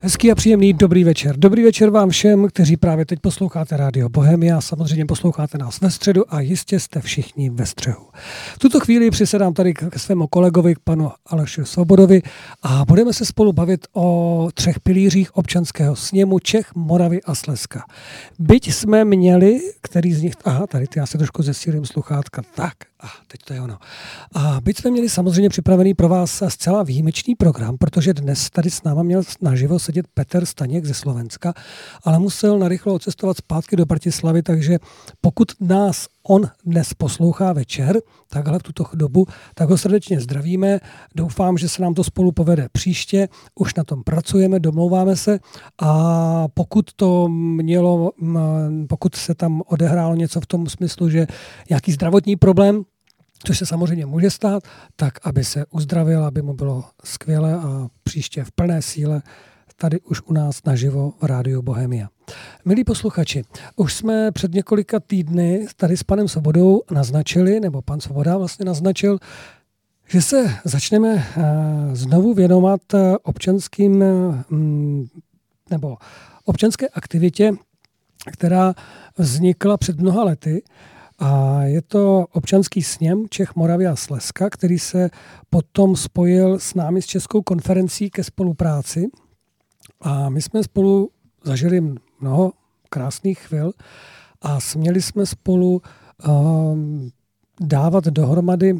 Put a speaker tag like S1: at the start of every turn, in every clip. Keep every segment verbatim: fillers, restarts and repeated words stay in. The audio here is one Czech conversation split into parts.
S1: Hezký a příjemný dobrý večer. Dobrý večer vám všem, kteří právě teď posloucháte Rádio Bohemia. Samozřejmě posloucháte nás ve středu a jistě jste všichni ve střehu. V tuto chvíli přisedám tady k svému kolegovi, k panu Aleši Svobodovi a budeme se spolu bavit o třech pilířích občanského sněmu Čech, Moravy a Slezska. Byť jsme měli, který z nich... Aha, tady já se trošku zesílím sluchátka. Tak, a teď to je ono. A byť jsme měli samozřejmě připravený pro vás zcela výjimečný program, protože dnes tady s náma měl naživo sedět Petr Staněk ze Slovenska, ale musel narychlo odcestovat zpátky do Bratislavy, takže pokud nás on dnes poslouchá večer, takhle v tuto dobu, tak ho srdečně zdravíme. Doufám, že se nám to spolu povede příště. Už na tom pracujeme, domlouváme se a pokud to mělo, pokud se tam odehrálo něco v tom smyslu, že nějaký zdravotní problém, což se samozřejmě může stát, tak aby se uzdravil, aby mu bylo skvěle a příště v plné síle tady už u nás naživo v Rádiu Bohemia. Milí posluchači, už jsme před několika týdny tady s panem Svobodou naznačili, nebo pan Svoboda vlastně naznačil, že se začneme znovu věnovat občanským nebo občanské aktivitě, která vznikla před mnoha lety. A je to občanský sněm Čech, Moravy a Slezska, který se potom spojil s námi s Českou konferencí ke spolupráci. A my jsme spolu zažili mnoho krásných chvil a směli jsme spolu um, dávat dohromady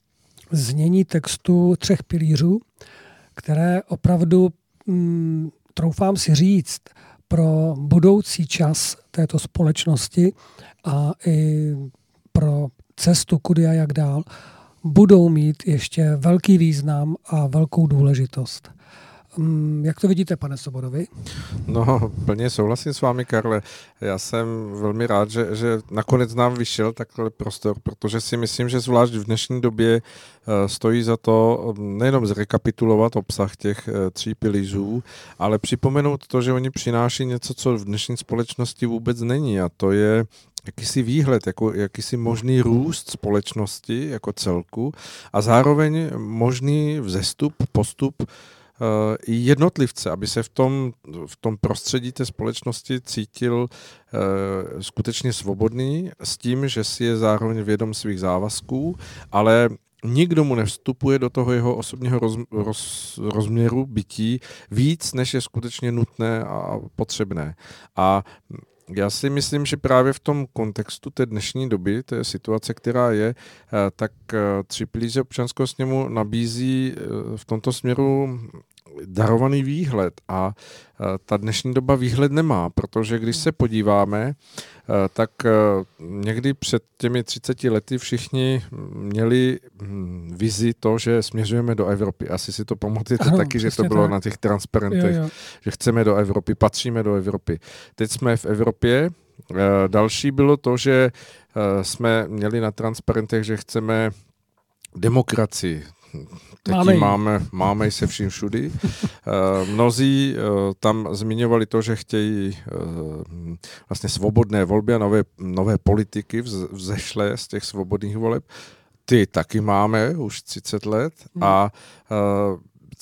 S1: znění textu třech pilířů, které opravdu, um, troufám si říct, pro budoucí čas této společnosti a i pro cestu kudy a jak dál budou mít ještě velký význam a velkou důležitost. Jak to vidíte, pane Svobodovi?
S2: No, plně souhlasím s vámi, Karle. Já jsem velmi rád, že, že nakonec nám vyšel takhle prostor, protože si myslím, že zvlášť v dnešní době stojí za to nejenom zrekapitulovat obsah těch tří pilířů, ale připomenout to, že oni přináší něco, co v dnešní společnosti vůbec není, a to je jakýsi výhled, jako, jakýsi možný růst společnosti jako celku a zároveň možný vzestup, postup i jednotlivce, aby se v tom, v tom prostředí té společnosti cítil uh, skutečně svobodný s tím, že si je zároveň vědom svých závazků, ale nikdo mu nevstupuje do toho jeho osobního roz, roz, rozměru bytí víc, než je skutečně nutné a potřebné. A já si myslím, že právě v tom kontextu té dnešní doby, té situace, která je, tak tři pilíře občanského sněmu nabízí v tomto směru darovaný výhled a ta dnešní doba výhled nemá, protože když se podíváme, tak někdy před těmi třiceti lety všichni měli vizi to, že směřujeme do Evropy. Asi si to pamatujete ano, taky, že to bylo tak na těch transparentech, jo, jo. Že chceme do Evropy, patříme do Evropy. Teď jsme v Evropě. Další bylo to, že jsme měli na transparentech, že chceme demokracii. Teď máme, máme, máme se vším všudy. Uh, mnozí uh, tam zmiňovali to, že chtějí uh, vlastně svobodné volby a nové, nové politiky vz, vzešlé z těch svobodných voleb. Ty taky máme už třicet let a uh,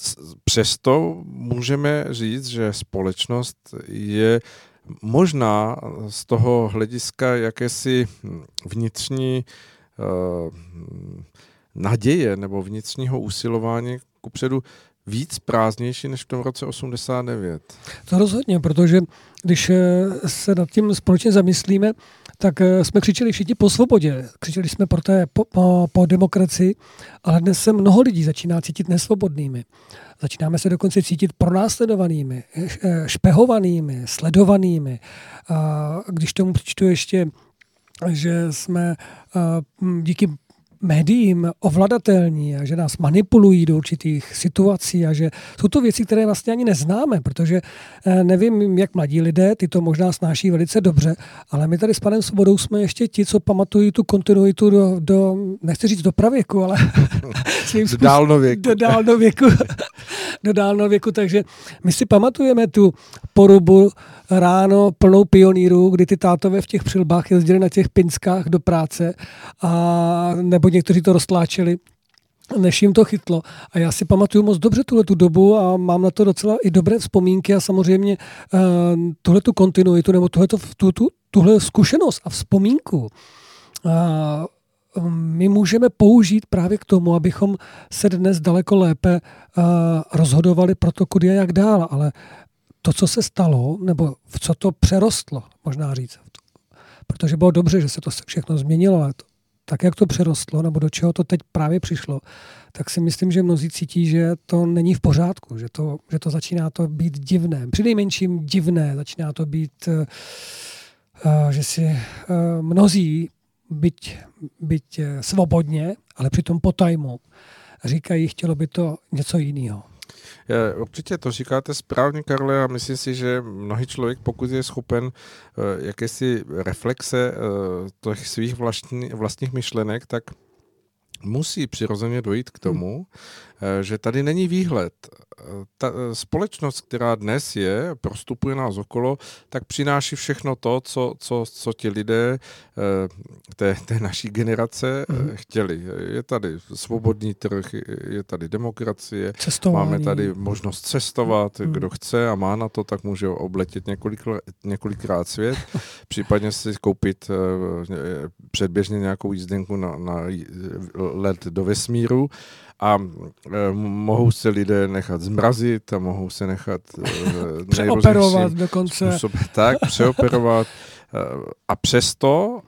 S2: přesto můžeme říct, že společnost je možná z toho hlediska jakési vnitřní uh, naděje nebo vnitřního usilování kupředu víc prázdnější než v tom roce osmdesát devět.
S1: To rozhodně, protože když se nad tím společně zamyslíme, tak jsme křičeli všichni po svobodě, křičeli jsme pro té, po, po, po demokracii, ale dnes se mnoho lidí začíná cítit nesvobodnými. Začínáme se dokonce cítit pronásledovanými, špehovanými, sledovanými. A když tomu přičtu ještě, že jsme díky médiím ovladatelní a že nás manipulují do určitých situací a že jsou to věci, které vlastně ani neznáme, protože nevím, jak mladí lidé, ty to možná snáší velice dobře, ale my tady s panem Svobodou jsme ještě ti, co pamatují tu kontinuitu do, do nechci říct do pravěku, ale
S2: svým způsob, do dálnověku.
S1: Do dálnověku. do dálnověku, takže my si pamatujeme tu porubu ráno plnou pionýrů, kdy ty tátové v těch přilbách jezdili na těch pinskách do práce a nebo někteří to roztláčeli. než jim to chytlo. A já si pamatuju moc dobře tuhletu dobu a mám na to docela i dobré vzpomínky a samozřejmě uh, tuhletu kontinuitu nebo tuhleto, tu, tu, tuhle zkušenost a vzpomínku uh, my můžeme použít právě k tomu, abychom se dnes daleko lépe uh, rozhodovali pro to, kudy a jak dál. Ale to, co se stalo, nebo v co to přerostlo, možná říct, protože bylo dobře, že se to všechno změnilo, ale to, tak, jak to přerostlo, nebo do čeho to teď právě přišlo, tak si myslím, že mnozí cítí, že to není v pořádku, že to, že to začíná to být divné. Přinejmenším divné, začíná to být, uh, že si uh, mnozí, byť, byť svobodně, ale přitom po tajmu, říkají, chtělo by to něco jiného.
S2: Určitě to říkáte správně, Karle, a myslím si, že mnohý člověk, pokud je schopen uh, jakési reflexe uh, těch svých vlastní, vlastních myšlenek, tak musí přirozeně dojít k tomu, hmm. že tady není výhled. Ta společnost, která dnes je, prostupuje nás okolo, tak přináší všechno to, co, co, co ti lidé té, té naší generace hmm. chtěli. Je tady svobodný trh, je tady demokracie,
S1: cestování.
S2: Máme tady možnost cestovat, hmm. kdo chce a má na to, tak může obletět několik, několikrát svět, případně si koupit předběžně nějakou jízdenku na, na let do vesmíru a e, mohou se lidé nechat zmrazit a mohou se nechat e,
S1: přeoperovat dokonce.
S2: Způsob, tak, přeoperovat. E, a přesto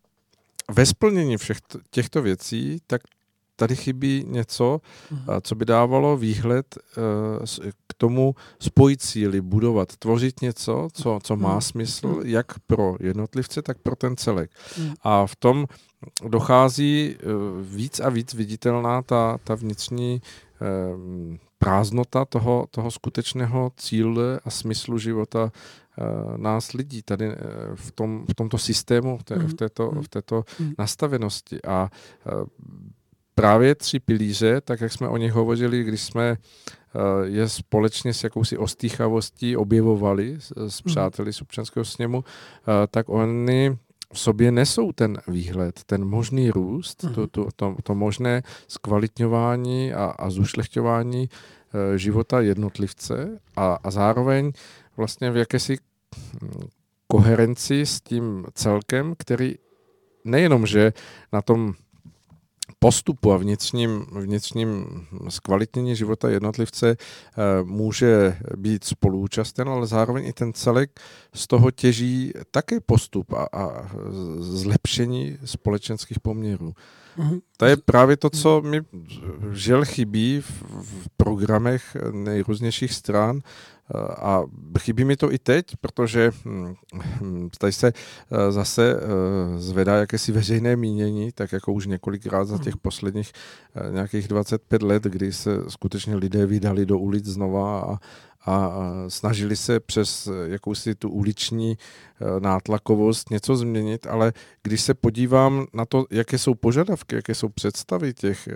S2: ve splnění všech těchto věcí, tak tady chybí něco, uh-huh. co by dávalo výhled uh, k tomu spojit síly, budovat, tvořit něco, co, co má uh-huh. smysl jak pro jednotlivce, tak pro ten celek. Uh-huh. A v tom dochází uh, víc a víc viditelná ta, ta vnitřní uh, prázdnota toho, toho skutečného cíle a smyslu života uh, nás lidí tady uh, v, tom, v tomto systému, v, té, uh-huh. v této, v této uh-huh. nastavenosti. A uh, právě tři pilíře, tak jak jsme o nich hovořili, když jsme uh, je společně s jakousi ostýchavostí objevovali s, s přáteli z občanského sněmu, uh, tak oni v sobě nesou ten výhled, ten možný růst, uh-huh. to, to, to, to možné zkvalitňování a, a zušlechťování uh, života jednotlivce a, a zároveň vlastně v jakési koherenci s tím celkem, který nejenom, že na tom postupu a vnitřním, vnitřním zkvalitnění života jednotlivce e, může být spoluúčasten, ale zároveň i ten celek z toho těží také postup a, a zlepšení společenských poměrů. Mm-hmm. To je právě to, co mi žel chybí v, v programech nejrůznějších stran, a chybí mi to i teď, protože tady se zase zvedá jakési veřejné mínění, tak jako už několikrát za těch posledních nějakých dvacet pět let, kdy se skutečně lidé vydali do ulic znova a, a snažili se přes jakousi tu uliční nátlakovost něco změnit, ale když se podívám na to, jaké jsou požadavky, jaké jsou představy těch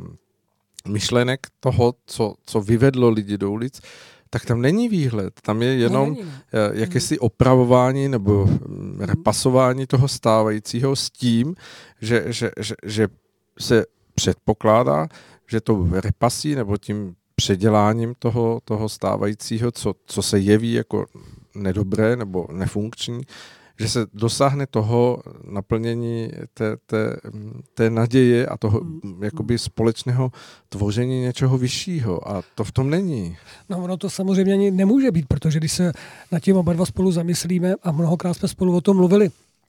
S2: myšlenek toho, co, co vyvedlo lidi do ulic, tak tam není výhled, tam je jenom no, jakési opravování nebo repasování toho stávajícího s tím, že, že, že, že se předpokládá, že to repasí nebo tím předěláním toho, toho stávajícího, co, co se jeví jako nedobré nebo nefunkční, že se dosáhne toho naplnění té, té, té naděje a toho jakoby společného tvoření něčeho vyššího. A to v tom není.
S1: No ono to samozřejmě ani nemůže být, protože když se nad tím oba dva spolu zamyslíme a mnohokrát jsme spolu o tom mluvili,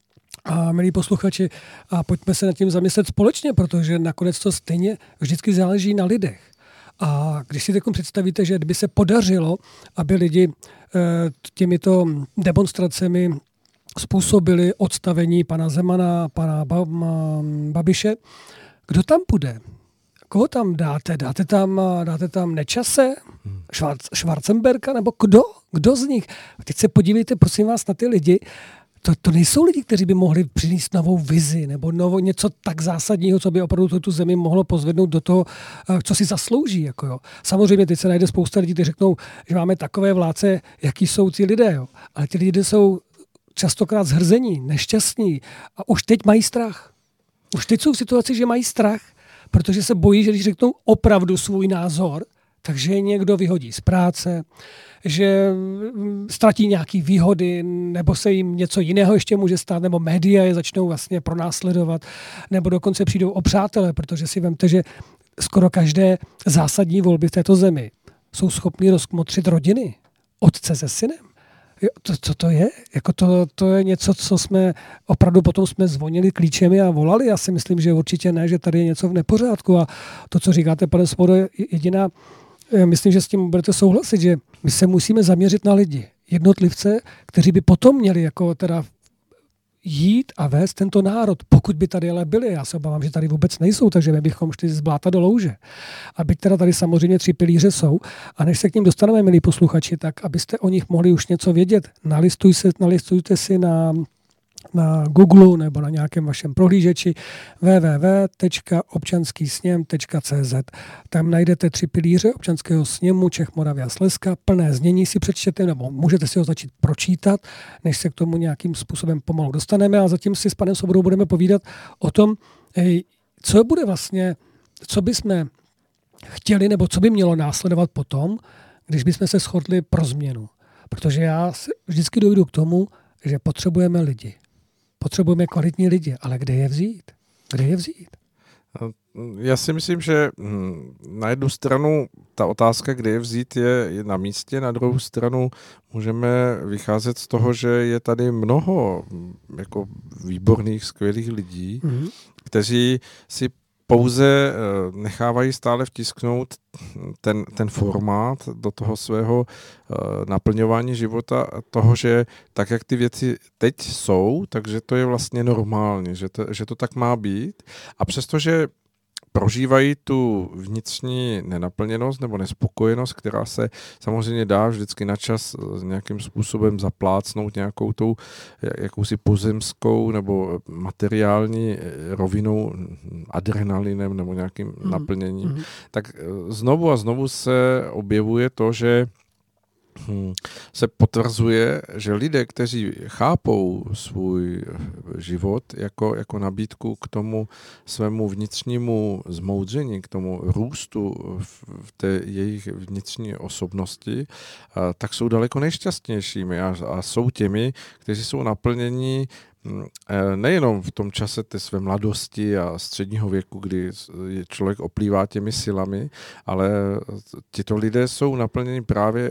S1: a milí posluchači, a pojďme se nad tím zamyslet společně, protože nakonec to stejně vždycky záleží na lidech. A když si takovým představíte, že kdyby se podařilo, aby lidi těmito demonstracemi způsobili odstavení pana Zemana, pana Babiše, kdo tam půjde? Koho tam dáte? Dáte tam, dáte tam Nečase? Schwarzenberga? Nebo kdo? Kdo z nich? Teď se podívejte, prosím vás, na ty lidi. To, to nejsou lidi, kteří by mohli přinést novou vizi nebo novo, něco tak zásadního, co by opravdu tu, tu zemi mohlo pozvednout do toho, co si zaslouží. Jako jo. Samozřejmě teď se najde spousta lidí, kteří řeknou, že máme takové vládce, jaký jsou ti lidé. Jo. Ale ti lidé jsou častokrát zhrzení, nešťastní a už teď mají strach. Už teď jsou v situaci, že mají strach, protože se bojí, že když řeknou opravdu svůj názor, takže je někdo vyhodí z práce, že ztratí nějaké výhody, nebo se jim něco jiného ještě může stát, nebo média je začnou vlastně pronásledovat, nebo dokonce přijdou o přátele, protože si vemte, že skoro každé zásadní volby v této zemi jsou schopni rozkmotřit rodiny, otce se synem. Jo, to, co to je? Jako to, to je něco, co jsme opravdu potom jsme zvonili klíčemi a volali. Já si myslím, že určitě ne, že tady je něco v nepořádku. A to, co říkáte, pane Svobodo, je jediná. Já myslím, že s tím budete souhlasit, že my se musíme zaměřit na lidi, jednotlivce, kteří by potom měli jako teda jít a vést tento národ, pokud by tady ale byli. Já se obávám, že tady vůbec nejsou, takže my bychom šli z bláta do louže. A byť teda tady samozřejmě tři pilíře jsou, a než se k ním dostaneme, milí posluchači, tak abyste o nich mohli už něco vědět, nalistuj se, nalistujte si na na Google nebo na nějakém vašem prohlížeči w w w tečka občanský sněm tečka c z. Tam najdete tři pilíře občanského sněmu Čech, Moravy a Slezska. Plné znění si přečtěte, nebo můžete si ho začít pročítat, než se k tomu nějakým způsobem pomalu dostaneme. A zatím si s panem Svobodou budeme povídat o tom, co bude vlastně, co bychom chtěli, nebo co by mělo následovat potom, když bychom se shodli pro změnu. Protože já vždycky dojdu k tomu, že potřebujeme lidi. Potřebujeme kvalitní lidi, ale kde je vzít? Kde je vzít?
S2: Já si myslím, že na jednu stranu ta otázka, kde je vzít, je, je na místě, na druhou stranu můžeme vycházet z toho, že je tady mnoho jako výborných, skvělých lidí, mm-hmm. kteří si pouze nechávají stále vtisknout ten, ten formát do toho svého uh, naplňování života, toho, že tak, jak ty věci teď jsou, takže to je vlastně normální, že to, že to tak má být. A přestože prožívají tu vnitřní nenaplněnost nebo nespokojenost, která se samozřejmě dá vždycky na čas nějakým způsobem zaplácnout nějakou tou jakousi pozemskou nebo materiální rovinou, adrenalinem nebo nějakým mm. naplněním, mm. tak znovu a znovu se objevuje to, že se potvrzuje, že lidé, kteří chápou svůj život jako, jako nabídku k tomu svému vnitřnímu zmoudření, k tomu růstu v té jejich vnitřní osobnosti, tak jsou daleko nejšťastnějšími a, a jsou těmi, kteří jsou naplněni nejenom v tom čase té své mladosti a středního věku, kdy člověk oplývá těmi silami, ale tito lidé jsou naplněni právě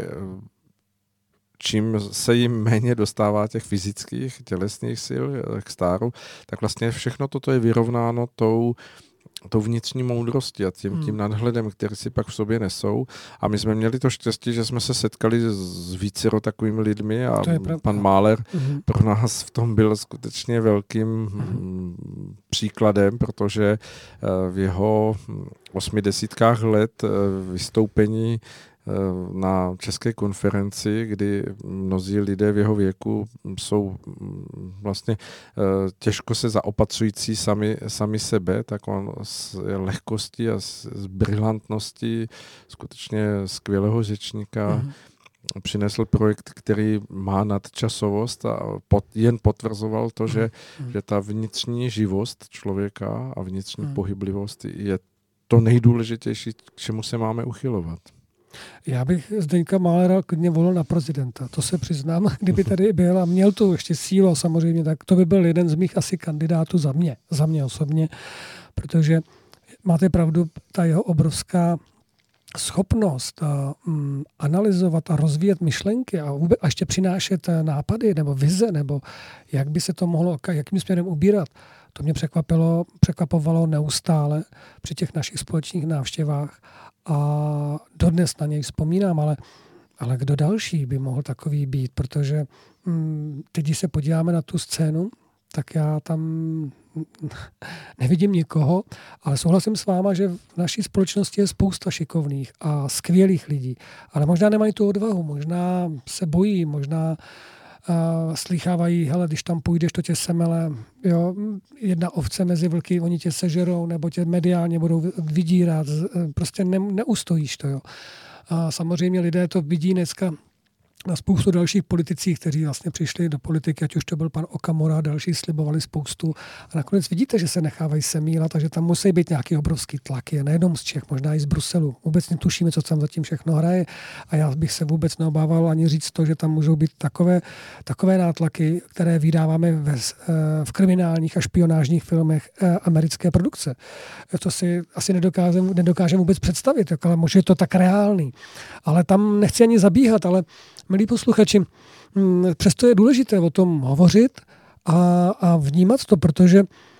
S2: čím se jim méně dostává těch fyzických, tělesných sil k stáru, tak vlastně všechno toto je vyrovnáno tou, tou vnitřní moudrostí a tím, tím nadhledem, který si pak v sobě nesou. A my jsme měli to štěstí, že jsme se setkali s vícero takovými lidmi a pan Máler mm-hmm. pro nás v tom byl skutečně velkým mm-hmm. příkladem, protože v jeho osmi desítkách let vystoupení na české konferenci, kdy mnozí lidé v jeho věku jsou vlastně těžko se zaopatřující sami, sami sebe, tak on s lehkostí a s, s brilantností skutečně skvělého řečníka mm. přinesl projekt, který má nadčasovost a pot, jen potvrzoval to, že, mm. že ta vnitřní živost člověka a vnitřní mm. pohyblivost je to nejdůležitější, k čemu se máme uchylovat.
S1: Já bych Zdeňka Málera klidně volil na prezidenta. To se přiznám, kdyby tady byl a měl tu ještě sílu samozřejmě, tak to by byl jeden z mých asi kandidátů za mě, za mě osobně, protože máte pravdu, ta jeho obrovská schopnost a, um, analyzovat a rozvíjet myšlenky a, vůbec, a ještě přinášet nápady nebo vize, nebo jak by se to mohlo, jakým směrem ubírat, to mě překvapilo, překvapovalo neustále při těch našich společných návštěvách. A dodnes na něj vzpomínám, ale, ale kdo další by mohl takový být, protože hm, teď, když se podíváme na tu scénu, tak já tam nevidím nikoho, ale souhlasím s váma, že v naší společnosti je spousta šikovných a skvělých lidí, ale možná nemají tu odvahu, možná se bojí, možná Uh, slýchávají, hele, když tam půjdeš, to tě semele, jo, jedna ovce mezi vlky, oni tě sežerou, nebo tě mediálně budou vydírat, prostě ne, neustojíš to, jo. A samozřejmě lidé to vidí dneska na spoustu dalších politicích, kteří vlastně přišli do politiky, ať už to byl pan Okamura, další slibovali spoustu. A nakonec vidíte, že se nechávají semílat, takže tam musí být nějaký obrovský tlaky, nejenom z Čech, možná i z Bruselu. Vůbec netušíme, co tam zatím všechno hraje a já bych se vůbec neobával ani říct to, že tam můžou být takové, takové nátlaky, které vydáváme ve, v kriminálních a špionážních filmech americké produkce. To si asi nedokážeme, nedokážeme vůbec představit, ale možná je to tak reálný. Ale tam nechci ani zabíhat, ale milí posluchači, přesto je důležité o tom hovořit a, a vnímat to, protože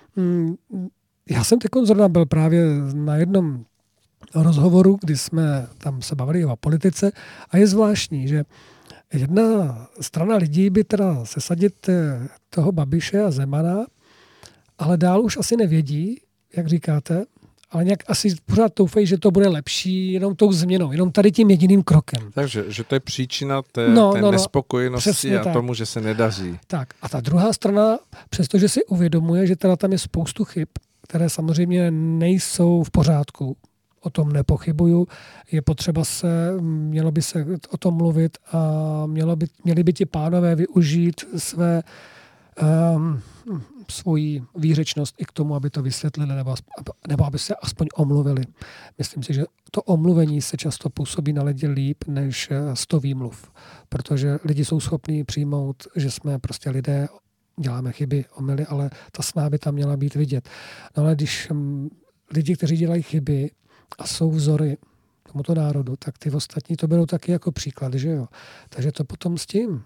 S1: já jsem teď zrovna byl právě na jednom rozhovoru, kdy jsme tam se bavili o politice a je zvláštní, že jedna strana lidí by teda sesadit toho Babiše a Zemana, ale dál už asi nevědí, jak říkáte, ale nějak asi pořád doufají, že to bude lepší jenom tou změnou, jenom tady tím jediným krokem.
S2: Takže, že to je příčina té,
S1: no,
S2: té
S1: no, no,
S2: nespokojenosti a tak. Tomu, že se nedaří.
S1: Tak a ta druhá strana, přestože si uvědomuje, že teda tam je spoustu chyb, které samozřejmě nejsou v pořádku, o tom nepochybuju, je potřeba se, mělo by se o tom mluvit a mělo by, měli by ti pánové využít své um, svoji výřečnost i k tomu, aby to vysvětlili nebo, nebo aby se aspoň omluvili. Myslím si, že to omluvení se často působí na lidi líp než sto výmluv, protože lidi jsou schopní přijmout, že jsme prostě lidé, děláme chyby, omyly, ale ta snaha by tam měla být vidět. No ale když um, lidi, kteří dělají chyby a jsou vzory tomuto národu, tak ty ostatní to berou taky jako příklad, že jo. Takže to potom s tím.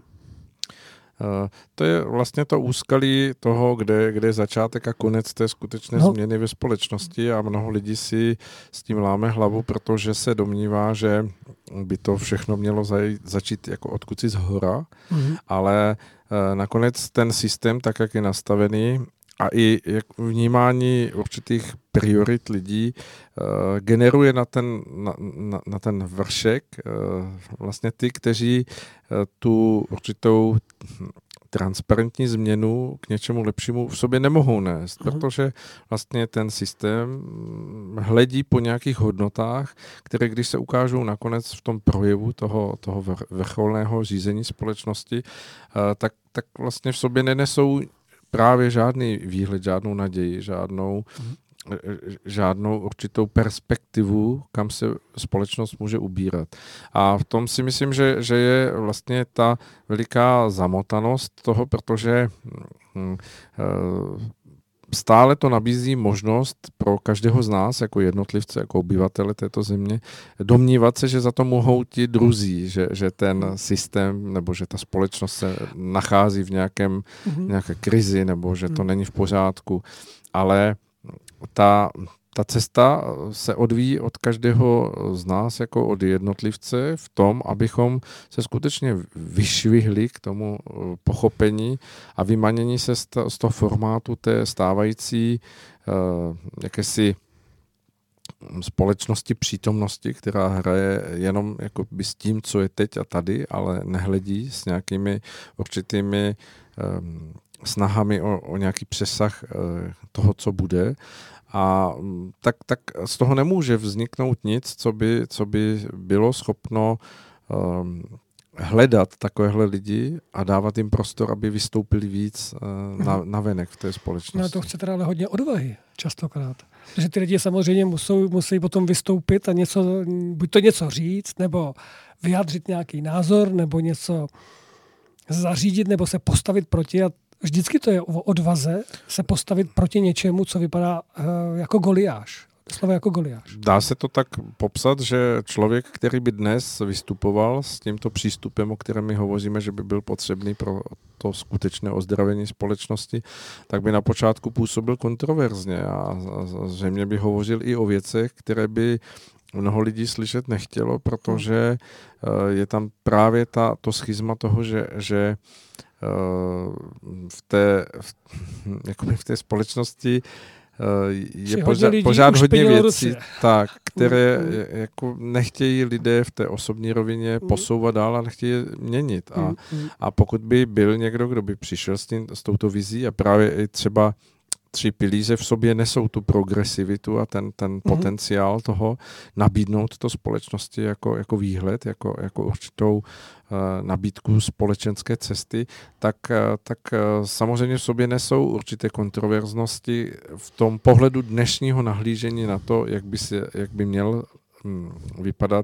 S2: To je vlastně to úskalí toho, kde, kde je začátek a konec té skutečné no. změny ve společnosti a mnoho lidí si s tím láme hlavu, protože se domnívá, že by to všechno mělo zajít, začít jako odkud si zhora, mm-hmm. ale nakonec ten systém, tak jak je nastavený, a i vnímání určitých priorit lidí uh, generuje na ten, na, na, na ten vršek uh, vlastně ty, kteří uh, tu určitou transparentní změnu k něčemu lepšímu v sobě nemohou nést, uh-huh. protože vlastně ten systém hledí po nějakých hodnotách, které když se ukážou nakonec v tom projevu toho, toho vrcholného řízení společnosti, uh, tak, tak vlastně v sobě nenesou právě žádný výhled, žádnou naději, žádnou, mm. žádnou určitou perspektivu, kam se společnost může ubírat. A v tom si myslím, že, že je vlastně ta veliká zamotanost toho, protože hm, stále to nabízí možnost pro každého z nás, jako jednotlivce, jako obyvatele této země, domnívat se, že za to mohou ti druzí, že, že ten systém nebo že ta společnost se nachází v nějakém, mm-hmm. nějaké krizi nebo že to mm. není v pořádku. Ale ta, ta cesta se odvíjí od každého z nás jako od jednotlivce v tom, abychom se skutečně vyšvihli k tomu pochopení a vymanění se z toho formátu té stávající uh, jakési společnosti přítomnosti, která hraje jenom jakoby s tím, co je teď a tady, ale nehledí s nějakými určitými um, snahami o, o nějaký přesah uh, toho, co bude. A tak, tak z toho nemůže vzniknout nic, co by, co by bylo schopno um, hledat takovéhle lidi a dávat jim prostor, aby vystoupili víc uh, na, na venek v té společnosti.
S1: No to chce teda ale hodně odvahy, častokrát. Protože ty lidi samozřejmě musí, musí potom vystoupit a něco, buď to něco říct, nebo vyjádřit nějaký názor, nebo něco zařídit, nebo se postavit proti. A vždycky to je o odvaze se postavit proti něčemu, co vypadá uh, jako Goliáš. Slovo jako Goliáš.
S2: Dá se to tak popsat, že člověk, který by dnes vystupoval s tímto přístupem, o kterém my hovoříme, že by byl potřebný pro to skutečné ozdravení společnosti, tak by na počátku působil kontroverzně a zřejmě by hovořil i o věcech, které by mnoho lidí slyšet nechtělo, protože je tam právě ta, to schizma toho, že, že v té, v, jakoby v té společnosti je pořád, pořád hodně věcí, tak, které mm, mm. jako nechtějí lidé v té osobní rovině mm. posouvat dál a nechtějí je měnit. A, mm. a pokud by byl někdo, kdo by přišel s, tím, s touto vizí a právě i třeba tři pilíře v sobě nesou tu progresivitu a ten, ten mm-hmm. potenciál toho nabídnout to společnosti jako, jako výhled, jako, jako určitou uh, nabídku společenské cesty, tak, uh, tak uh, samozřejmě v sobě nesou určité kontroverznosti v tom pohledu dnešního nahlížení na to, jak by, se, jak by měl vypadat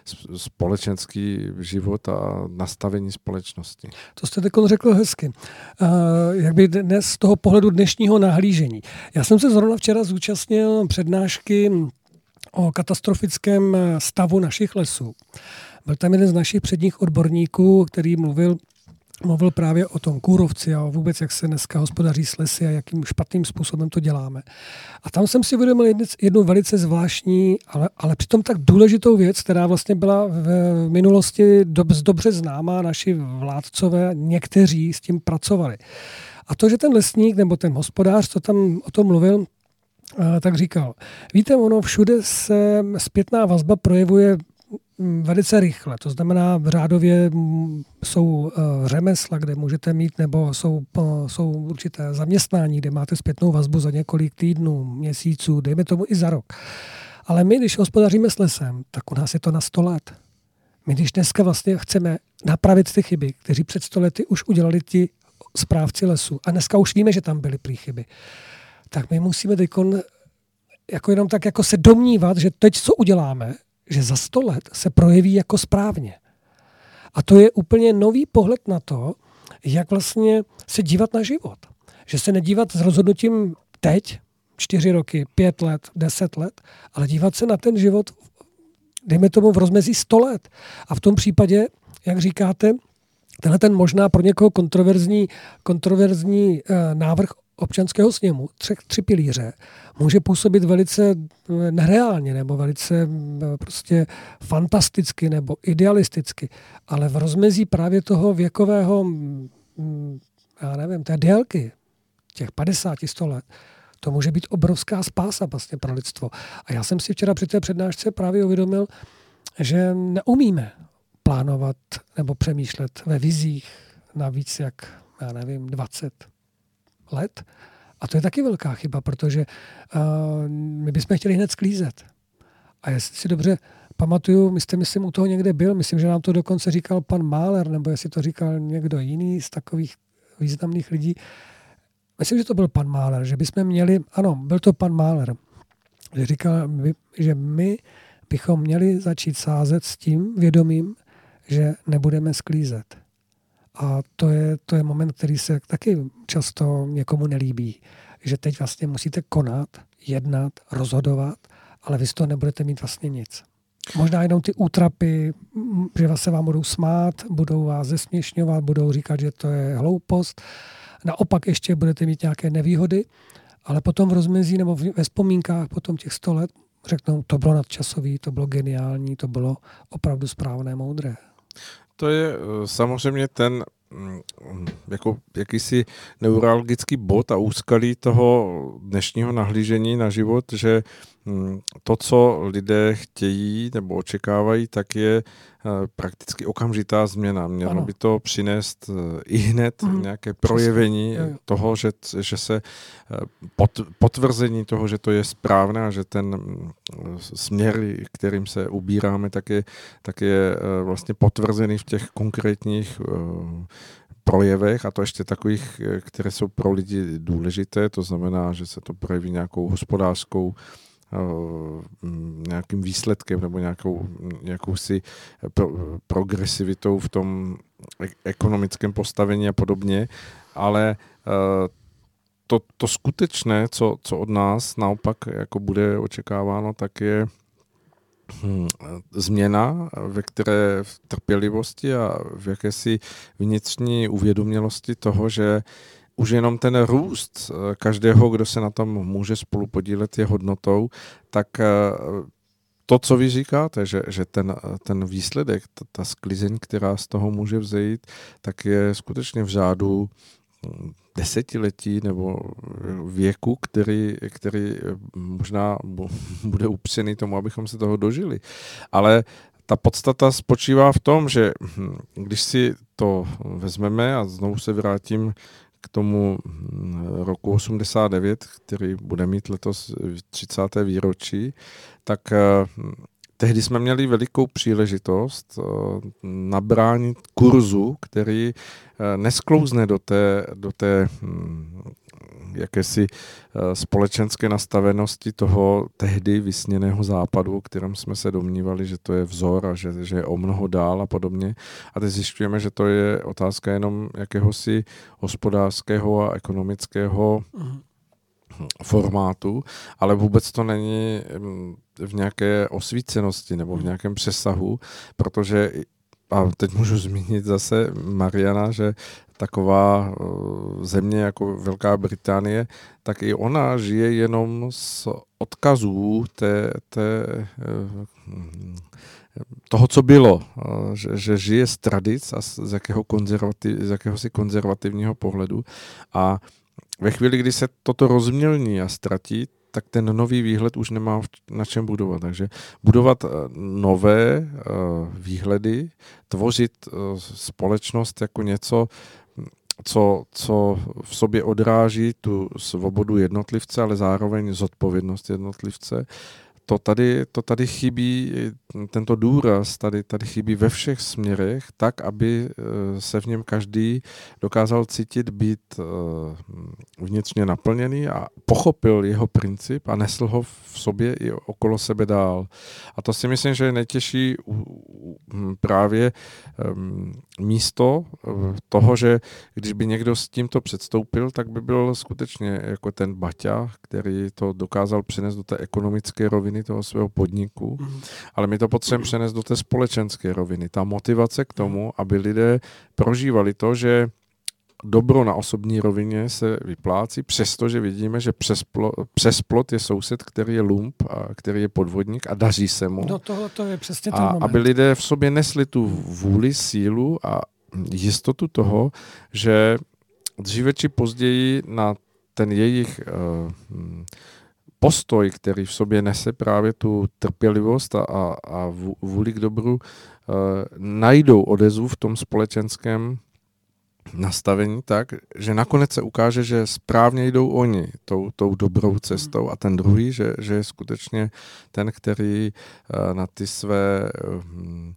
S2: společenský život a nastavení společnosti.
S1: To jste teď řekl hezky. Uh, jak by dnes z toho pohledu dnešního nahlížení. Já jsem se zrovna včera zúčastnil přednášky o katastrofickém stavu našich lesů. Byl tam jeden z našich předních odborníků, který mluvil Mluvil právě o tom kůrovci a vůbec, jak se dneska hospodaří s lesy a jakým špatným způsobem to děláme. A tam jsem si uvědomil jednu, jednu velice zvláštní, ale, ale přitom tak důležitou věc, která vlastně byla v minulosti dob, dobře známá, naši vládcové, někteří s tím pracovali. A to, že ten lesník nebo ten hospodář, co tam o tom mluvil, tak říkal, víte, ono všude se zpětná vazba projevuje velice rychle. To znamená, v řádově jsou řemesla, kde můžete mít, nebo jsou, jsou určité zaměstnání, kde máte zpětnou vazbu za několik týdnů, měsíců, dejme tomu i za rok. Ale my, když hospodaříme s lesem, tak u nás je to na sto let. My, když dneska vlastně chceme napravit ty chyby, kteří před sto lety už udělali ti správci lesu, a dneska už víme, že tam byly prý chyby, tak my musíme teďkon jako jenom tak jako se domnívat, že teď, co uděláme, že za sto let se projeví jako správně. A to je úplně nový pohled na to, jak vlastně se dívat na život. Že se nedívat s rozhodnutím teď, čtyři roky, pět let, deset let, ale dívat se na ten život, dejme tomu v rozmezí sto let. A v tom případě, jak říkáte, tenhle ten možná pro někoho kontroverzní, kontroverzní eh, návrh občanského sněmu, tři, tři pilíře, může působit velice nereálně nebo velice prostě fantasticky nebo idealisticky, ale v rozmezí právě toho věkového, já nevím, té délky, těch padesát, sto let, to může být obrovská spása vlastně pro lidstvo. A já jsem si včera při té přednášce právě uvědomil, že neumíme plánovat nebo přemýšlet ve vizích na víc jak, já nevím, dvacet let. A to je taky velká chyba, protože uh, my bychom chtěli hned sklízet. A jestli si dobře pamatuju, my jste, myslím, u toho někde byl, myslím, že nám to dokonce říkal pan Máler, nebo jestli to říkal někdo jiný z takových významných lidí. Myslím, že to byl pan Máler, že bychom měli, ano, byl to pan Máler, že říkal, že my bychom měli začít sázet s tím vědomím, že nebudeme sklízet. A to je, to je moment, který se taky často někomu nelíbí. Že teď vlastně musíte konat, jednat, rozhodovat, ale vy z toho nebudete mít vlastně nic. Možná jenom ty útrapy, že se vám budou smát, budou vás zesměšňovat, budou říkat, že to je hloupost. Naopak ještě budete mít nějaké nevýhody, ale potom v rozmezí nebo ve vzpomínkách potom těch sto let řeknou, to bylo nadčasový, to bylo geniální, to bylo opravdu správné, moudré.
S2: To je samozřejmě ten jako jakýsi neuralgický bod a úskalí toho dnešního nahlížení na život, že to, co lidé chtějí nebo očekávají, tak je prakticky okamžitá změna. Mělo ano. by to přinést i hned mm. nějaké projevení Přesně. toho, že, že se pot, potvrzení toho, že to je správné a že ten směr, kterým se ubíráme, tak je, tak je vlastně potvrzený v těch konkrétních projevech, a to ještě takových, které jsou pro lidi důležité, to znamená, že se to projeví nějakou hospodářskou nějakým výsledkem nebo nějakou, nějakou si pro, progresivitou v tom ekonomickém postavení a podobně, ale to, to skutečné, co, co od nás naopak jako bude očekáváno, tak je Hmm, změna, ve které v trpělivosti a v jakési vnitřní uvědomělosti toho, že už jenom ten růst každého, kdo se na tom může spolu podílet, je hodnotou, tak to, co vy říkáte, že, že ten, ten výsledek, ta, ta sklizeň, která z toho může vzejít, tak je skutečně v řádu desetiletí nebo věku, který, který možná bude upřený tomu, abychom se toho dožili. Ale ta podstata spočívá v tom, že když si to vezmeme a znovu se vrátím k tomu roku osmdesát devět, který bude mít letos třicáté výročí, tak tehdy jsme měli velikou příležitost nabránit kurzu, který nesklouzne do té, do té jakési společenské nastavenosti toho tehdy vysněného západu, o kterém jsme se domnívali, že to je vzor a že, že je o mnoho dál a podobně. A teď zjišťujeme, že to je otázka jenom jakéhosi hospodářského a ekonomického formátu, ale vůbec to není v nějaké osvícenosti nebo v nějakém přesahu, protože, a teď můžu zmínit zase Mariana, že taková země jako Velká Británie, tak i ona žije jenom z odkazů té, té, toho, co bylo, že, že žije z tradic a z, jakého konzervativ, z jakéhosi konzervativního pohledu a ve chvíli, kdy se toto rozmělní a ztratí, tak ten nový výhled už nemá na čem budovat. Takže budovat nové výhledy, tvořit společnost jako něco, co, co v sobě odráží tu svobodu jednotlivce, ale zároveň zodpovědnost jednotlivce. To tady, to tady chybí, tento důraz tady, tady chybí ve všech směrech, tak, aby se v něm každý dokázal cítit být vnitřně naplněný a pochopil jeho princip a nesl ho v sobě i okolo sebe dál. A to si myslím, že je nejtěžší právě místo toho, že když by někdo s tímto předstoupil, tak by byl skutečně jako ten Baťa, který to dokázal přinést do té ekonomické roviny toho svého podniku, mm. ale my to potřebujeme přenést do té společenské roviny. Ta motivace k tomu, aby lidé prožívali to, že dobro na osobní rovině se vyplácí, přestože vidíme, že přes, plo, přes plot je soused, který je lump a který je podvodník a daří se mu.
S1: No tohle to je přesně ten
S2: a
S1: moment.
S2: Aby lidé v sobě nesli tu vůli, sílu a jistotu toho, že dříve či později na ten jejich uh, postoj, který v sobě nese právě tu trpělivost a, a, a vůli k dobru, uh, najdou odezvu v tom společenském nastavení tak, že nakonec se ukáže, že správně jdou oni tou, tou dobrou cestou a ten druhý, že, že je skutečně ten, který uh, na ty své um,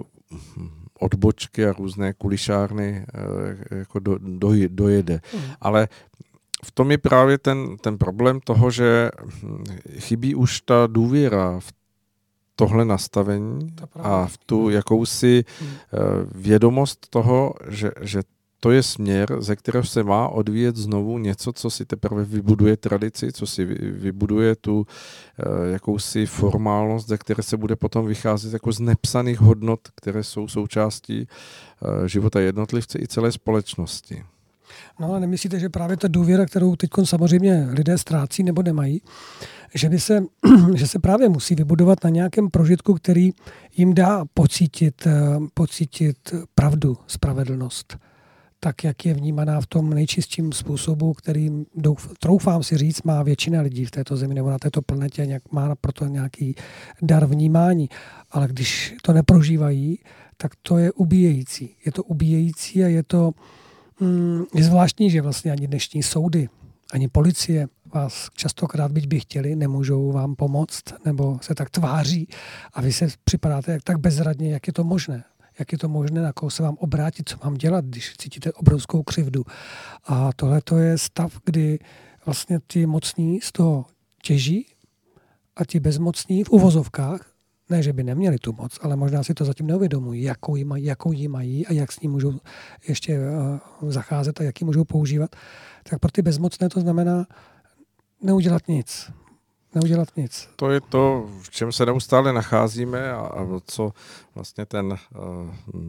S2: odbočky a různé kulišárny uh, jako do, do, dojede. Mm. Ale v tom je právě ten, ten problém toho, že chybí už ta důvěra v tohle nastavení a v tu jakousi hmm. vědomost toho, že, že to je směr, ze kterého se má odvíjet znovu něco, co si teprve vybuduje tradici, co si vybuduje tu jakousi formálnost, ze které se bude potom vycházet jako z nepsaných hodnot, které jsou součástí života jednotlivce i celé společnosti.
S1: No ale nemyslíte, že právě ta důvěra, kterou teď samozřejmě lidé ztrácí nebo nemají, že, by se, že se právě musí vybudovat na nějakém prožitku, který jim dá pocítit, pocítit pravdu, spravedlnost, tak, jak je vnímaná v tom nejčistším způsobu, který, troufám si říct, má většina lidí v této zemi nebo na této planetě, nějak, má proto nějaký dar vnímání. Ale když to neprožívají, tak to je ubíjející. Je to ubíjející a je to je zvláštní, že vlastně ani dnešní soudy, ani policie vás častokrát, byť by chtěli, nemůžou vám pomoct, nebo se tak tváří a vy se připadáte jak tak bezradně, jak je to možné. Jak je to možné, na koho se vám obrátit, co mám dělat, když cítíte obrovskou křivdu. A tohle to je stav, kdy vlastně ti mocní z toho těží a ti bezmocní v uvozovkách, ne, že by neměli tu moc, ale možná si to zatím neuvědomují, jakou ji mají, jakou ji mají a jak s ní můžou ještě uh, zacházet a jak ji můžou používat. Tak pro ty bezmocné to znamená neudělat nic. Neudělat nic.
S2: To je to, v čem se neustále nacházíme a, a co vlastně ten uh,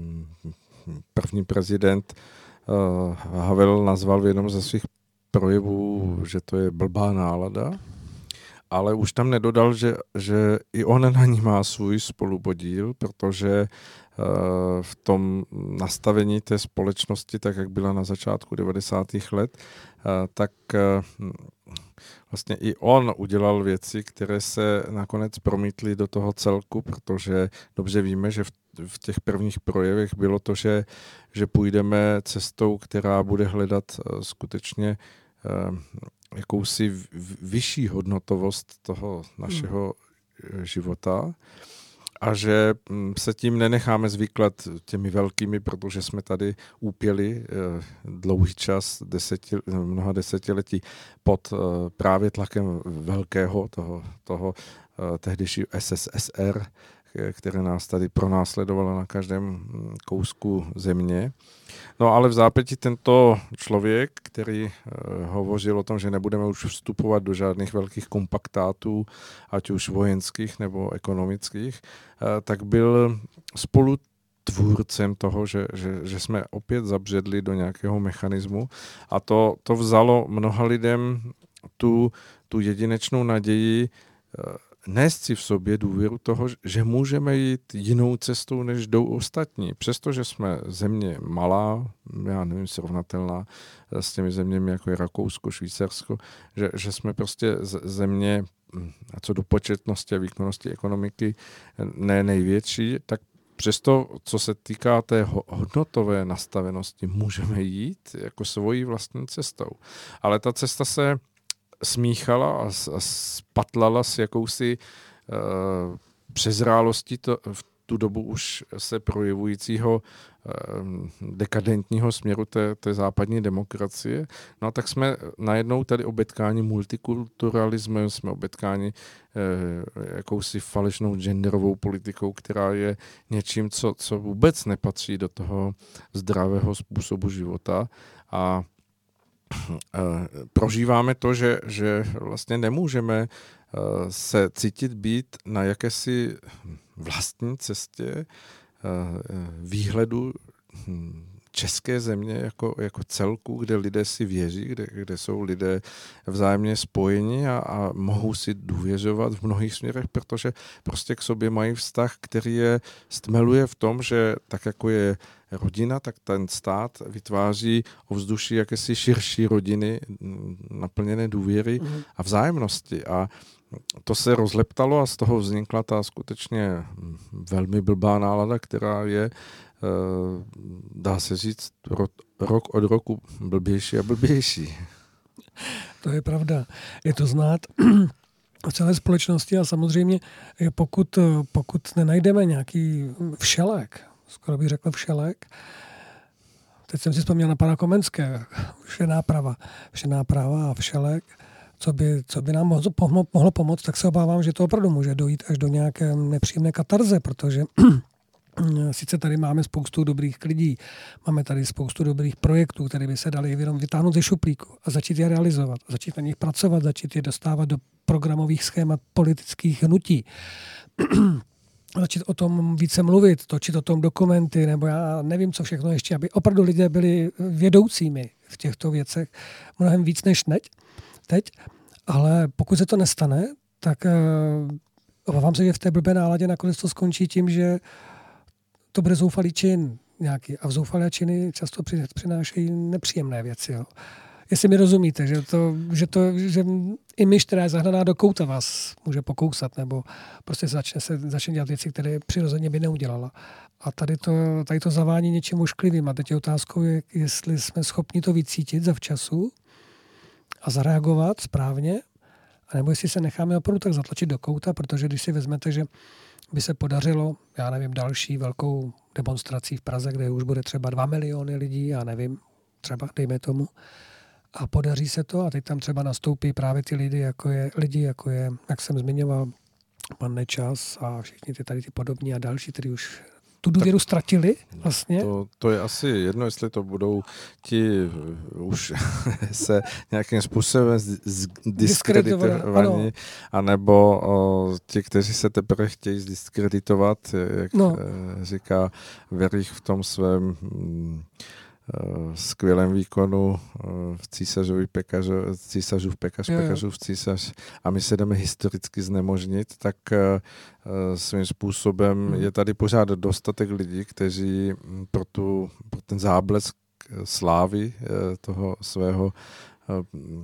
S2: první prezident uh, Havel nazval v jednom ze svých projevů, že to je blbá nálada. Ale už tam nedodal, že, že i on na ní má svůj spolupodíl, protože uh, v tom nastavení té společnosti, tak jak byla na začátku devadesátých let, uh, tak uh, vlastně i on udělal věci, které se nakonec promítly do toho celku, protože dobře víme, že v, v těch prvních projevech bylo to, že, že půjdeme cestou, která bude hledat skutečně jakousi vyšší hodnotovost toho našeho hmm. života a že se tím nenecháme zvyklat těmi velkými, protože jsme tady úpěli dlouhý čas, deseti, mnoha desetiletí pod právě tlakem velkého toho, toho tehdejšího S S S R, které nás tady pronásledovalo na každém kousku země. No ale v zápětí tento člověk, který uh, hovořil o tom, že nebudeme už vstupovat do žádných velkých kompaktátů, ať už vojenských nebo ekonomických, uh, tak byl spolu tvůrcem toho, že, že, že jsme opět zabředli do nějakého mechanismu a to, to vzalo mnoha lidem tu, tu jedinečnou naději uh, nést si v sobě důvěru toho, že můžeme jít jinou cestou, než jdou ostatní. Přestože jsme země malá, já nevím, srovnatelná s těmi zeměmi, jako je Rakousko, Švýcarsko, že, že jsme prostě země, a co do početnosti a výkonnosti ekonomiky, ne největší, tak přesto, co se týká té hodnotové nastavenosti, můžeme jít jako svojí vlastní cestou. Ale ta cesta se smíchala a, a spatlala s jakousi uh, přezrálostí to, v tu dobu už se projevujícího uh, dekadentního směru té, té západní demokracie. No a tak jsme najednou tady obetkáni multikulturalismem, jsme obetkáni uh, jakousi falešnou genderovou politikou, která je něčím, co, co vůbec nepatří do toho zdravého způsobu života a prožíváme to, že, že vlastně nemůžeme se cítit být na jakési vlastní cestě výhledu české země jako, jako celku, kde lidé si věří, kde, kde jsou lidé vzájemně spojeni a, a mohou si důvěřovat v mnohých směrech, protože prostě k sobě mají vztah, který je stmeluje v tom, že tak jako je rodina, tak ten stát vytváří ovzduší jakési širší rodiny, naplněné důvěry a vzájemnosti. A to se rozleptalo a z toho vznikla ta skutečně velmi blbá nálada, která je, dá se říct, rok od roku blbější a blbější.
S1: To je pravda. Je to znát v celé společnosti a samozřejmě pokud, pokud nenajdeme nějaký všelek, skoro bych řekl všelek, teď jsem si vzpomněl na pana Komenské, všená prava, všená práva a všelek, co by, co by nám mohlo, mohlo pomoct, tak se obávám, že to opravdu může dojít až do nějaké nepříjemné katarze, protože sice tady máme spoustu dobrých lidí, máme tady spoustu dobrých projektů, které by se daly jenom vytáhnout ze šuplíku a začít je realizovat, začít na nich pracovat, začít je dostávat do programových schémat politických hnutí. Začít o tom více mluvit, točit o tom dokumenty, nebo já nevím, co všechno ještě, aby opravdu lidé byli vědoucími v těchto věcech mnohem víc než teď. teď. Ale pokud se to nestane, tak uh, obávám se, že v té blbé náladě nakonec to skončí tím, že to bude zoufalý čin nějaký. A v zoufalé činy často přinášejí nepříjemné věci. Jo. Jestli mi rozumíte, že, to, že, to, že i myš, která je zahnaná do kouta, vás může pokousat, nebo prostě začne, se, začne dělat věci, které přirozeně by neudělala. A tady to, tady to zavání něčím ošklivým. A teď je otázkou, je, jestli jsme schopni to vycítit zavčasu a zareagovat správně, anebo jestli se necháme opravdu tak zatlačit do kouta, protože když si vezmete, že by se podařilo, já nevím, další velkou demonstrací v Praze, kde už bude třeba dva miliony lidí, já nevím, třeba dejme tomu, a podaří se to a teď tam třeba nastoupí právě ty lidi, jako je, lidi, jako je, jak jsem zmiňoval, pan Nečas a všichni ty tady ty podobní a další, kteří už tu důvěru tak ztratili vlastně.
S2: To, to je asi jedno, jestli to budou ti už se nějakým způsobem diskreditovaní, anebo o, ti, kteří se teprve chtějí zdiskreditovat, jak no. říká Verich v tom svém skvělém výkonu v císařovi pekařu, císařův pekař, jo, jo. pekařův císař a my se jdeme historicky znemožnit, tak svým způsobem hmm. je tady pořád dostatek lidí, kteří pro, tu, pro ten záblesk slávy toho svého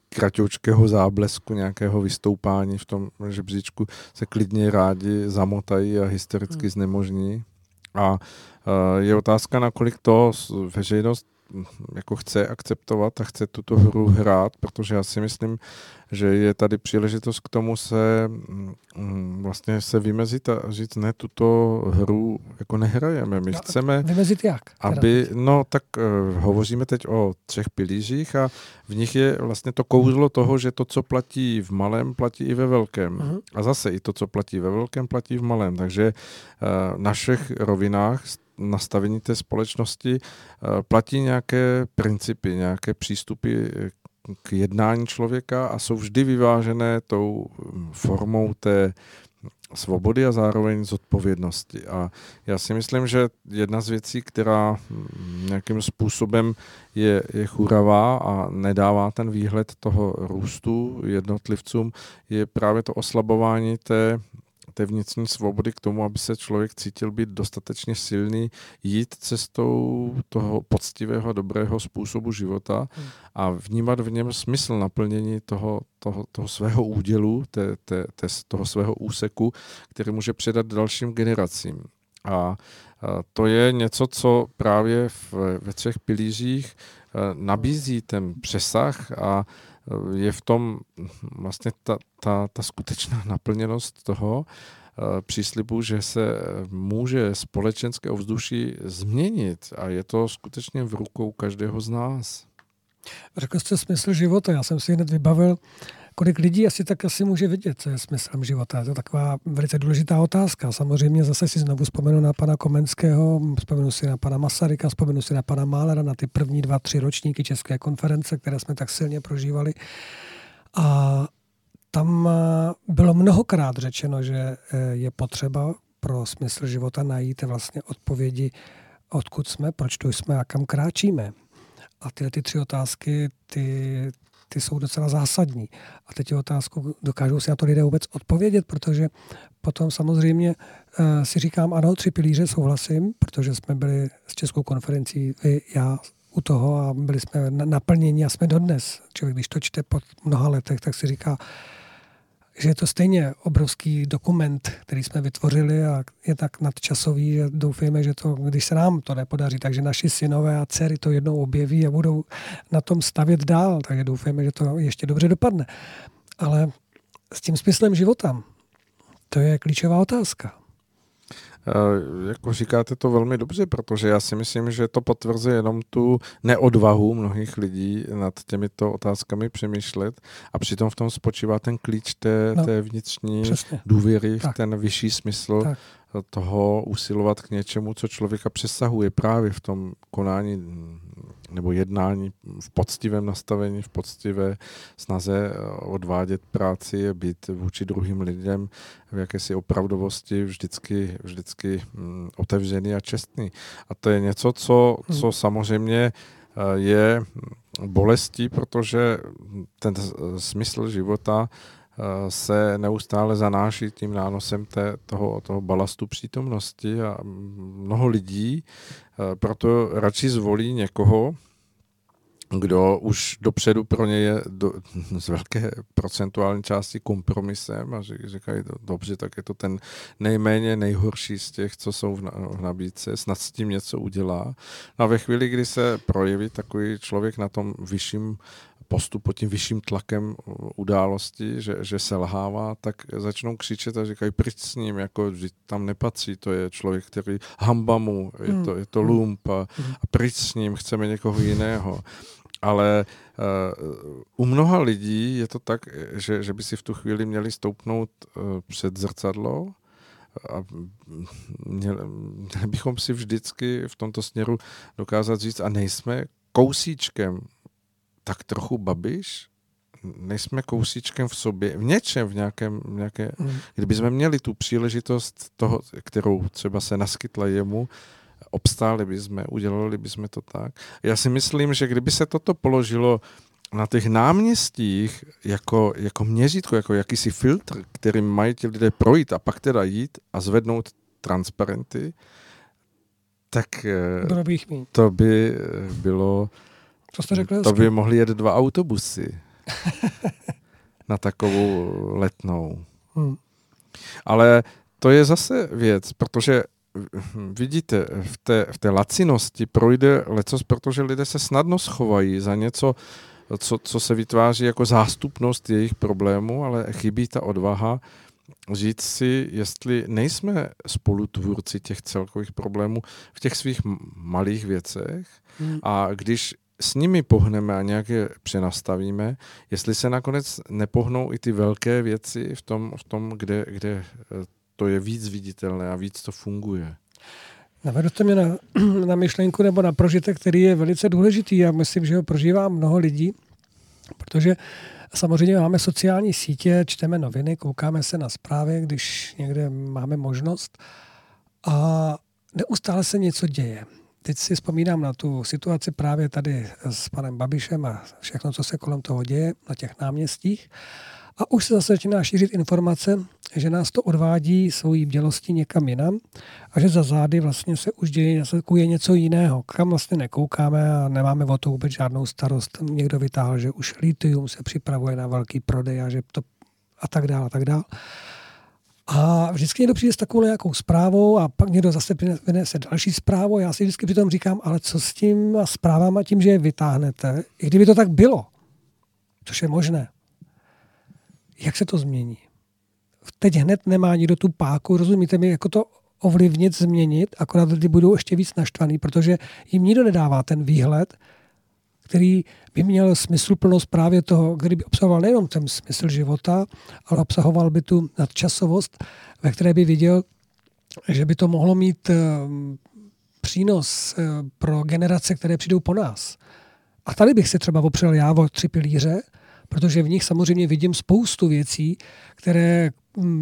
S2: kratoučkého záblesku, nějakého vystoupání v tom žebříčku se klidně rádi zamotají a hystericky hmm. znemožní. A je otázka, nakolik to veřejnost jako chce akceptovat a chce tuto hru hrát, protože já si myslím, že je tady příležitost k tomu se vlastně se vymezit a říct, ne, tuto hru jako nehrajeme. My chceme,
S1: vymezit jak?
S2: aby, no tak uh, hovoříme teď o třech pilířích a v nich je vlastně to kouzlo toho, že to, co platí v malém, platí i ve velkém. Uh-huh. A zase i to, co platí ve velkém, platí v malém. Takže uh, na všech rovinách nastavení té společnosti platí nějaké principy, nějaké přístupy k jednání člověka a jsou vždy vyvážené tou formou té svobody a zároveň zodpovědnosti. A já si myslím, že jedna z věcí, která nějakým způsobem je, je churavá a nedává ten výhled toho růstu jednotlivcům, je právě to oslabování té té vnitřní svobody k tomu, aby se člověk cítil být dostatečně silný, jít cestou toho poctivého, dobrého způsobu života a vnímat v něm smysl naplnění toho, toho, toho svého údělu, té, té, té, toho svého úseku, který může předat dalším generacím. A, a to je něco, co právě v, ve třech pilířích nabízí ten přesah a je v tom vlastně ta, ta, ta skutečná naplněnost toho uh, příslibu, že se může společenské ovzduší změnit a je to skutečně v rukou každého z nás.
S1: Řekl jste smysl života, já jsem si hned vybavil, kolik lidí asi tak asi může vidět, co je smyslem života. To je taková velice důležitá otázka. Samozřejmě zase si znovu vzpomenu na pana Komenského, vzpomenu si na pana Masaryka, vzpomenu si na pana Málera, na ty první dva, tři ročníky České konference, které jsme tak silně prožívali. A tam bylo mnohokrát řečeno, že je potřeba pro smysl života najít vlastně odpovědi, odkud jsme, proč tu jsme a kam kráčíme. A tyhle ty tři otázky, ty, ty jsou docela zásadní. A teď je otázku, dokážou si na to lidé vůbec odpovědět, protože potom samozřejmě uh, si říkám, ano, tři pilíře souhlasím, protože jsme byli s Českou konferencí, vy, já u toho a byli jsme naplněni a jsme dodnes. Člověk, když to čte po mnoha letech, tak si říká, že je to stejně obrovský dokument, který jsme vytvořili a je tak nadčasový, že doufejme, že to, když se nám to nepodaří, takže naši synové a dcery to jednou objeví a budou na tom stavět dál, takže doufejme, že to ještě dobře dopadne. Ale s tím smyslem života, to je klíčová otázka.
S2: Uh, jako říkáte to velmi dobře, protože já si myslím, že to potvrzuje jenom tu neodvahu mnohých lidí nad těmito otázkami přemýšlet a přitom v tom spočívá ten klíč té, no, té vnitřní přesně. důvěry v tak. ten vyšší smysl tak. toho usilovat k něčemu, co člověka přesahuje právě v tom konání nebo jednání v poctivém nastavení, v poctivé snaze odvádět práci, být vůči druhým lidem v jakési opravdovosti vždycky, vždycky otevřený a čestný. A to je něco, co, co samozřejmě je bolestí, protože ten smysl života se neustále zanáší tím nánosem té, toho, toho balastu přítomnosti a mnoho lidí proto radši zvolí někoho, kdo už dopředu pro ně je do, z velké procentuální části kompromisem a říkají, dobře, tak je to ten nejméně nejhorší z těch, co jsou v, na, v nabídce, snad s tím něco udělá. No a ve chvíli, kdy se projeví takový člověk na tom vyšším postup pod tím vyšším tlakem události, že, že selhává, tak začnou křičet a říkají, pryč s ním, jako, že tam nepatří, to je člověk, který hamba mu, je to, je to lump a, a pryč s ním, chceme někoho jiného. Ale uh, u mnoha lidí je to tak, že, že by si v tu chvíli měli stoupnout uh, před zrcadlo a měli, měli bychom si vždycky v tomto směru dokázat říct, a nejsme kousíčkem tak trochu Babiš, nejsme kousíčkem v sobě, v něčem, v nějakém, v nějaké, mm. kdyby jsme měli tu příležitost toho, kterou třeba se naskytla jemu, obstáli bychom, udělali bychom to tak. Já si myslím, že kdyby se toto položilo na těch náměstích jako, jako měřítko, jako jakýsi filtr, kterým mají ti lidé projít a pak teda jít a zvednout transparenty, tak
S1: bylo by jich mít.
S2: To by bylo...
S1: Co jste řekl?
S2: To by mohli jet dva autobusy. na takovou letnou.
S1: Hmm.
S2: Ale to je zase věc, protože vidíte, v té, v té lacinosti projde lecos, protože lidé se snadno schovají za něco, co, co se vytváří jako zástupnost jejich problémů, ale chybí ta odvaha říct si, jestli nejsme spolutvůrci těch celkových problémů v těch svých malých věcech hmm. a když s nimi pohneme a nějak je přenastavíme, jestli se nakonec nepohnou i ty velké věci v tom, v tom kde, kde to je víc viditelné a víc to funguje.
S1: Navedl jste mě na, na myšlenku nebo na prožitek, který je velice důležitý. Já myslím, že ho prožívá mnoho lidí, protože samozřejmě máme sociální sítě, čteme noviny, koukáme se na zprávy, když někde máme možnost a neustále se něco děje. Teď si vzpomínám na tu situaci právě tady s panem Babišem a všechno, co se kolem toho děje na těch náměstích. A už se zase začíná šířit informace, že nás to odvádí svojí bdělostí někam jinam a že za zády vlastně se už děje něco jiného, kam vlastně nekoukáme a nemáme o to vůbec žádnou starost. Někdo vytáhl, že už litium se připravuje na velký prodej a že to a tak dále, a tak dále. A vždycky někdo přijde s takovou nějakou zprávou a pak někdo zase vynese další zprávu a já si vždycky přitom říkám, ale co s tím zprávama tím, že je vytáhnete, i kdyby to tak bylo, což je možné, jak se to změní? Teď hned nemá nikdo tu páku, rozumíte mi, jako to ovlivnit, změnit, akorát lidi budou ještě víc naštvaný, protože jim nikdo nedává ten výhled, který by měl smysluplnost právě toho, který by obsahoval nejenom ten smysl života, ale obsahoval by tu nadčasovost, ve které by viděl, že by to mohlo mít přínos pro generace, které přijdou po nás. A tady bych se třeba opřel já o tři pilíře, protože v nich samozřejmě vidím spoustu věcí, které,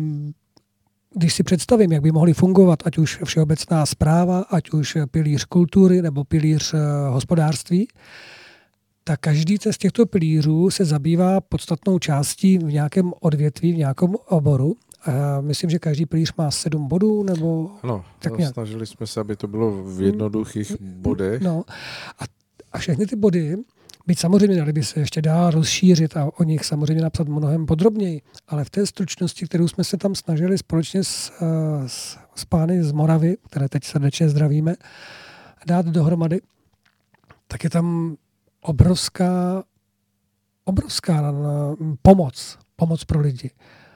S1: když si představím, jak by mohly fungovat, ať už všeobecná správa, ať už pilíř kultury nebo pilíř hospodářství, tak každý z těchto pilířů se zabývá podstatnou částí v nějakém odvětví, v nějakém oboru. A myslím, že každý pilíř má sedm bodů, nebo...
S2: Ano, snažili jsme se, aby to bylo v jednoduchých bodech.
S1: No, a, a všechny ty body, byť samozřejmě dali by se ještě dál rozšířit a o nich samozřejmě napsat mnohem podrobněji, ale v té stručnosti, kterou jsme se tam snažili společně s, s, s pány z Moravy, které teď srdečně zdravíme, dát dohromady, tak je tam obrovská, obrovská pomoc, pomoc pro lidi.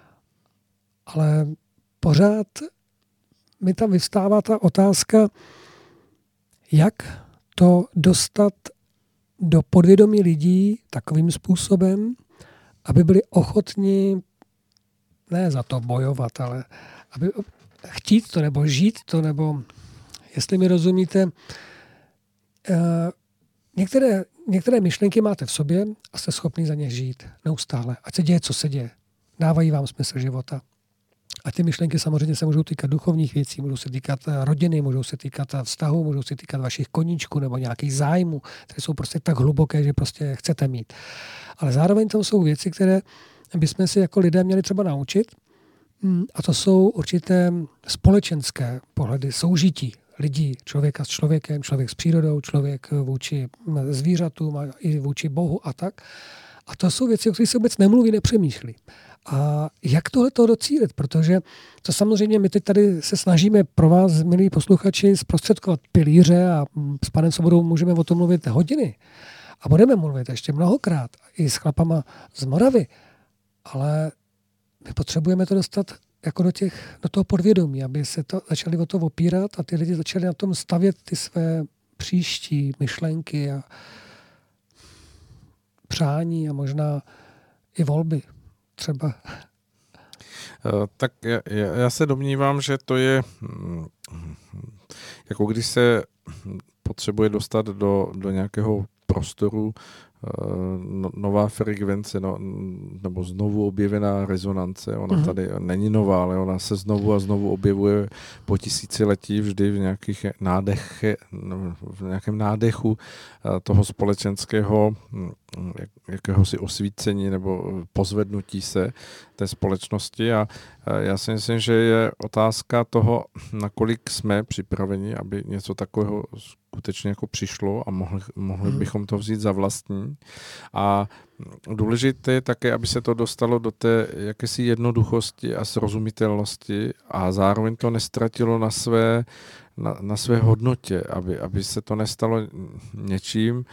S1: Ale pořád mi tam vyvstává ta otázka, jak to dostat do podvědomí lidí takovým způsobem, aby byli ochotni ne za to bojovat, ale aby chtít to, nebo žít to, nebo jestli mi rozumíte, některé, některé myšlenky máte v sobě a jste schopni za ně žít neustále. Ať se děje, co se děje. Dávají vám smysl života. A ty myšlenky samozřejmě se můžou týkat duchovních věcí, můžou se týkat rodiny, můžou se týkat vztahu, můžou se týkat vašich koníčků nebo nějakých zájmů, které jsou prostě tak hluboké, že prostě chcete mít. Ale zároveň tam jsou věci, které bychom si jako lidé měli třeba naučit. A to jsou určité společenské pohledy, soužití lidí, člověka s člověkem, člověk s přírodou, člověk vůči zvířatům a i vůči Bohu a tak. A to jsou věci, o kterých se vůbec nemluví, nepřemýšlí. A jak tohle toho docílit? Protože to samozřejmě my teď tady se snažíme pro vás, milí posluchači, zprostředkovat pilíře a s panem Svobodou můžeme o tom mluvit hodiny. A budeme mluvit ještě mnohokrát i s chlapama z Moravy. Ale my potřebujeme to dostat jako do, těch, do toho podvědomí, aby se to začali o to opírat a ty lidi začali na tom stavět ty své příští myšlenky a přání a možná i volby třeba.
S2: Tak já, já se domnívám, že to je jako když se potřebuje dostat do, do nějakého prostoru no, nová frekvence no, nebo znovu objevená rezonance. Ona uh-huh. tady není nová, ale ona se znovu a znovu objevuje po tisíciletí vždy v nějakých nádech, v nějakém nádechu toho společenského jak, jakéhosi osvícení nebo pozvednutí se té společnosti a já si myslím, že je otázka toho, nakolik jsme připraveni, aby něco takového skutečně jako přišlo a mohli, mohli bychom to vzít za vlastní. A důležité je také, aby se to dostalo do té jakési jednoduchosti a srozumitelnosti a zároveň to nestratilo na své, na, na své hodnotě, aby, aby se to nestalo něčím,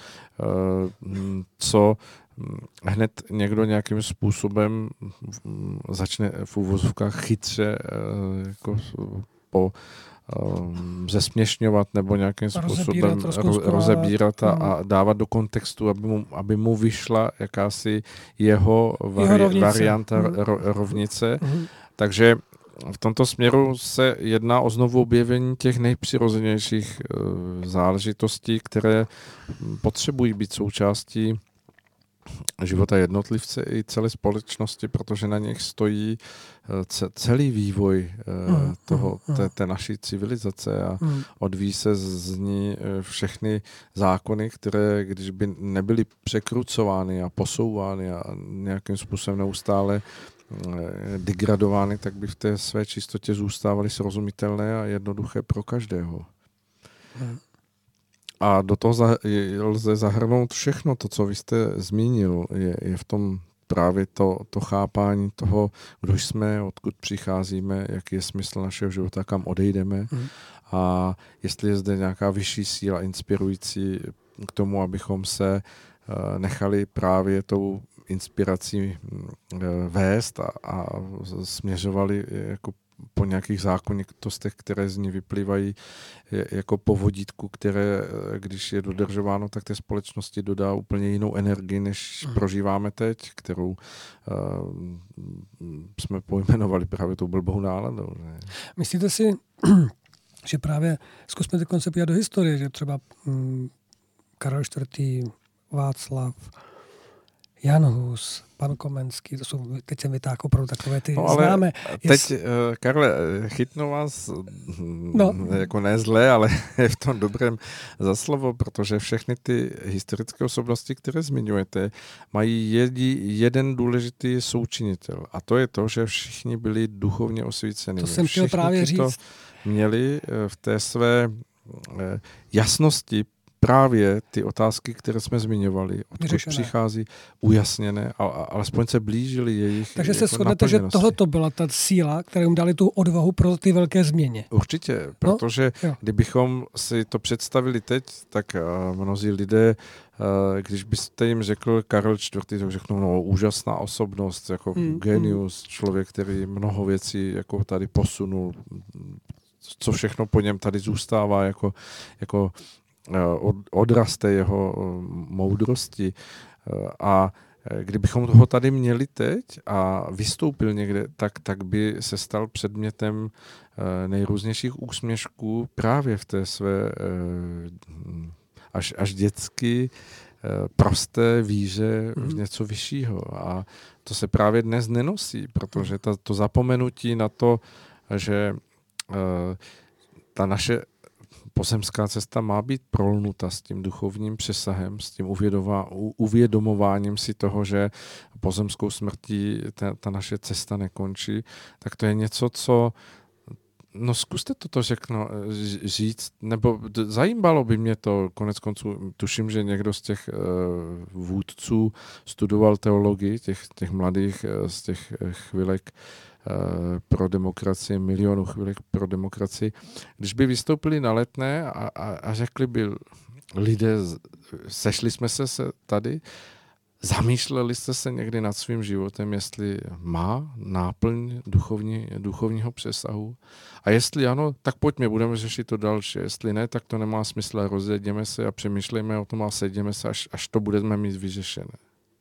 S2: co hned někdo nějakým způsobem začne v úvozovkách chytře jako po zesměšňovat nebo nějakým způsobem rozebírat, rozebírat a, a dávat do kontextu, aby mu, aby mu vyšla jakási jeho, vari, jeho rovnice. varianta mm. ro, rovnice. Mm. Takže v tomto směru se jedná o znovu objevení těch nejpřirozenějších uh, záležitostí, které potřebují být součástí života jednotlivce i celé společnosti, protože na nich stojí celý vývoj toho, té, té naší civilizace a odvíjí se z ní všechny zákony, které, když by nebyly překrucovány a posouvány a nějakým způsobem neustále degradovány, tak by v té své čistotě zůstávaly srozumitelné a jednoduché pro každého. A do toho za, je, lze zahrnout všechno to, co vy jste zmínil. Je, je v tom právě to, to chápání toho, kdo jsme, odkud přicházíme, jaký je smysl našeho života, kam odejdeme mm. a jestli je zde nějaká vyšší síla inspirující k tomu, abychom se uh, nechali právě tou inspirací uh, vést a, a směřovali jako po nějakých zákonitostech, které z ní vyplývají jako po vodítku, které, když je dodržováno, tak té společnosti dodá úplně jinou energii, než mm. prožíváme teď, kterou uh, jsme pojmenovali právě tou blbou náladou. Ne?
S1: Myslíte si, že právě zkusme ty koncepty do historie, že třeba um, Karel čtvrtý, Václav, Jan Hus, pan Komenský, to jsou, teď jsem vytáhl opravdu takové ty
S2: no,
S1: známe.
S2: Teď, Jest... Karle, chytnu vás no. jako ne zlé, ale je v tom dobrém za slovo, protože všechny ty historické osobnosti, které zmiňujete, mají jedí, jeden důležitý součinitel a to je to, že všichni byli duchovně osvíceni.
S1: To jsem chtěl právě říct.
S2: Měli v té své jasnosti právě ty otázky, které jsme zmiňovali, odkud Vyřešené. Přichází, ujasněné, a, a alespoň se blížili jejich.
S1: Takže se shodnete, že tohle to byla ta síla, která jim dali tu odvahu pro ty velké změny.
S2: Určitě, protože no, kdybychom si to představili teď, tak uh, mnozí lidé, uh, když byste jim řekl Karel čtvrtý, tak řeknou, no, úžasná osobnost, jako mm, genius, mm. člověk, který mnoho věcí jako tady posunul, co všechno po něm tady zůstává jako, jako odraz té jeho moudrosti. A kdybychom toho tady měli teď a vystoupil někde, tak, tak by se stal předmětem nejrůznějších úsměšků právě v té své až, až dětsky prosté víře v něco vyššího. A to se právě dnes nenosí, protože ta, to zapomenutí na to, že ta naše pozemská cesta má být prolnuta s tím duchovním přesahem, s tím uvědomováním si toho, že pozemskou smrtí ta, ta naše cesta nekončí, tak to je něco, co no zkuste toto řekno, říct, nebo zajímalo by mě to, konec konců, tuším, že někdo z těch uh, vůdců studoval teologii, těch, těch mladých uh, z těch chvilek pro demokracii, milionů chvílek pro demokracii. Když by vystoupili na Letné a, a, a řekli by lidé, sešli jsme se, se tady, zamýšleli jste se někdy nad svým životem, jestli má náplň duchovní, duchovního přesahu a jestli ano, tak pojďme, budeme řešit to další. Jestli ne, tak to nemá smysl, rozjedeme se a přemýšlejme o tom a sedíme se, až, až to budeme mít vyřešené.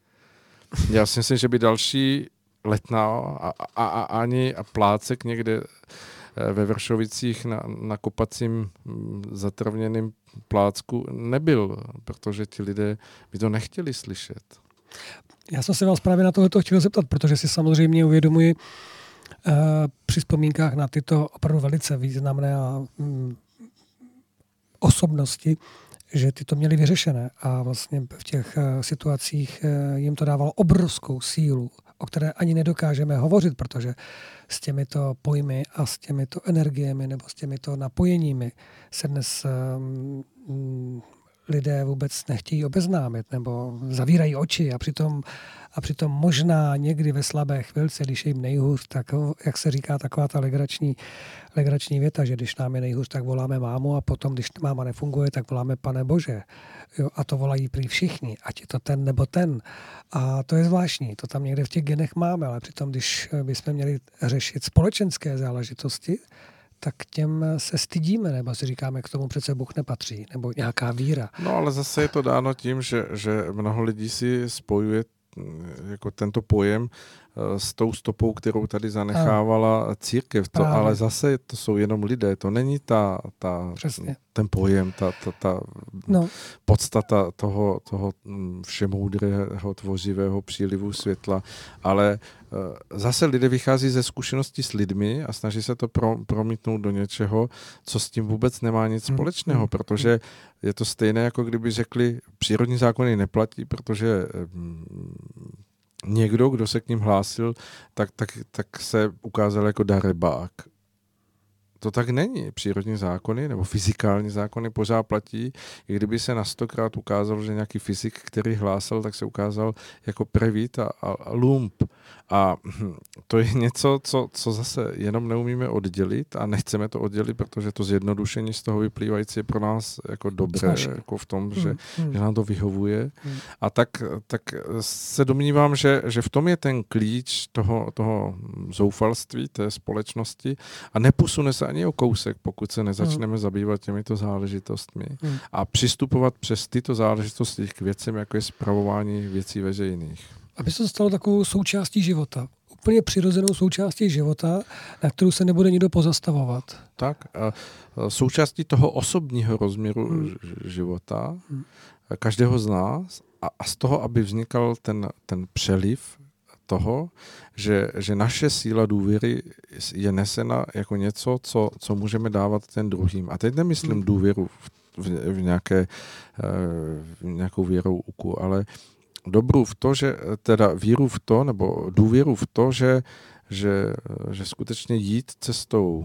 S2: Já si myslím, že by další Letná a, a, a ani a plácek někde ve Vršovicích na, na kopacím zatrvněným plácku nebyl, protože ti lidé by to nechtěli slyšet.
S1: Já jsem se vás právě na tohleto chtěl zeptat, protože si samozřejmě uvědomuji uh, při vzpomínkách na tyto opravdu velice významné a um, osobnosti, že ty to měli vyřešené a vlastně v těch situacích jim to dávalo obrovskou sílu, o které ani nedokážeme hovořit, protože s těmito pojmy a s těmito energiemi nebo s těmito napojeními se dnes um, lidé vůbec nechtějí obeznámit nebo zavírají oči a přitom, a přitom možná někdy ve slabé chvilce, když je jim nejhůř, tak jak se říká taková ta legrační, legrační věta, že když nám je nejhůř, tak voláme mámu a potom, když máma nefunguje, tak voláme Pane Bože. Jo, a to volají prý všichni, ať je to ten nebo ten. A to je zvláštní, to tam někde v těch genech máme, ale přitom, když bychom měli řešit společenské záležitosti, tak těm se stydíme, nebo si říkáme, k tomu přece Bůh nepatří, nebo nějaká víra.
S2: No ale zase je to dáno tím, že, že mnoho lidí si spojuje jako tento pojem s tou stopou, kterou tady zanechávala církev. To, ale zase to jsou jenom lidé, to není ta, ta ten pojem, ta, ta, ta no. podstata toho, toho všemoudrého, tvořivého přílivu světla, ale zase lidé vychází ze zkušeností s lidmi a snaží se to pro, promítnout do něčeho, co s tím vůbec nemá nic společného, hmm. protože je to stejné, jako kdyby řekli, přírodní zákony neplatí, protože někdo, kdo se k ním hlásil, tak, tak, tak se ukázal jako darebák. To tak není. Přírodní zákony nebo fyzikální zákony pořád platí. I kdyby se na stokrát ukázalo, že nějaký fyzik, který hlásal, tak se ukázal jako prevít a, a, a lump. A to je něco, co, co zase jenom neumíme oddělit a nechceme to oddělit, protože to zjednodušení z toho vyplývající je pro nás jako dobré, jako v tom, že, hmm. že nám to vyhovuje. Hmm. A tak, tak se domnívám, že, že v tom je ten klíč toho, toho zoufalství té společnosti a neposune se ani o kousek, pokud se nezačneme hmm. zabývat těmito záležitostmi hmm. a přistupovat přes tyto záležitosti k věcem, jako je spravování věcí veřejných.
S1: Aby se to stalo takovou součástí života. Úplně přirozenou součástí života, na kterou se nebude nikdo pozastavovat.
S2: Tak, a součástí toho osobního rozměru hmm. života, hmm. každého z nás a, a z toho, aby vznikal ten, ten přeliv toho, že, že naše síla důvěry je nesena jako něco, co, co můžeme dávat ten druhým. A teď nemyslím důvěru v, v, v, nějaké, v nějakou věrouku, ale dobru v to, že teda víru v to, nebo důvěru v to, že, že, že skutečně jít cestou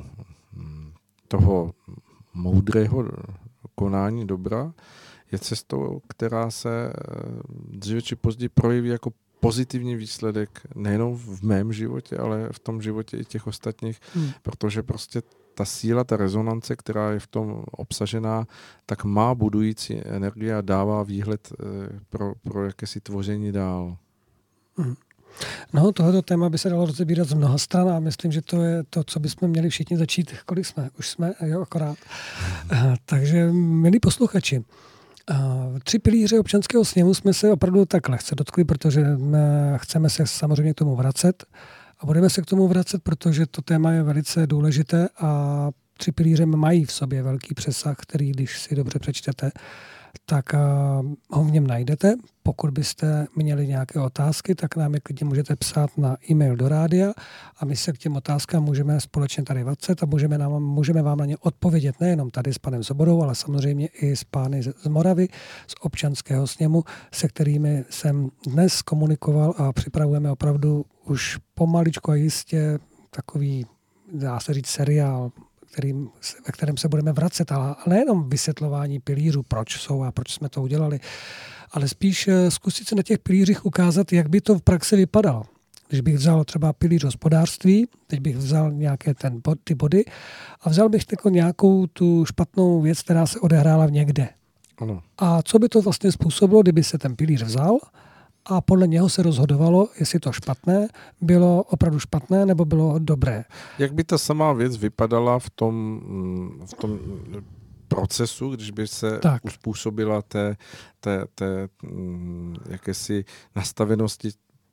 S2: toho moudrého konání dobra je cestou, která se dříve či později projeví jako pozitivní výsledek nejenom v mém životě, ale v tom životě i těch ostatních, hmm. protože prostě ta síla, ta rezonance, která je v tom obsažená, tak má budující energii a dává výhled pro, pro jakési tvoření dál.
S1: Hmm. No, tohoto téma by se dalo rozebírat z mnoha stran a myslím, že to je to, co bychom měli všichni začít. Kolik jsme? Už jsme, jo, akorát. Takže, milí posluchači, tři pilíře občanského sněmu jsme se opravdu tak lehce dotkli, protože chceme se samozřejmě k tomu vracet a budeme se k tomu vracet, protože to téma je velice důležité a tři pilíře mají v sobě velký přesah, který, když si dobře přečtete, tak ho v něm najdete. Pokud byste měli nějaké otázky, tak nám je klidně můžete psát na e-mail do rádia a my se k těm otázkám můžeme společně tady vracet a můžeme, nám, můžeme vám na ně odpovědět nejenom tady s panem Sobodou, ale samozřejmě i s pány z Moravy, z občanského sněmu, se kterými jsem dnes komunikoval a připravujeme opravdu už pomaličku a jistě takový, dá se říct, seriál, Kterým, ve kterém se budeme vracet, ale nejenom vysvětlování pilířů, proč jsou a proč jsme to udělali, ale spíš zkusit se na těch pilířích ukázat, jak by to v praxi vypadalo. Když bych vzal třeba pilíř hospodářství, teď bych vzal nějaké ten bod, ty body a vzal bych jako nějakou tu špatnou věc, která se odehrála v někde.
S2: Ano.
S1: A co by to vlastně způsobilo, kdyby se ten pilíř vzal a podle něho se rozhodovalo, jestli to špatné bylo opravdu špatné nebo bylo dobré.
S2: Jak by ta samá věc vypadala v tom, v tom procesu, když by se tak uspůsobila té, té, té jakési nastavenosti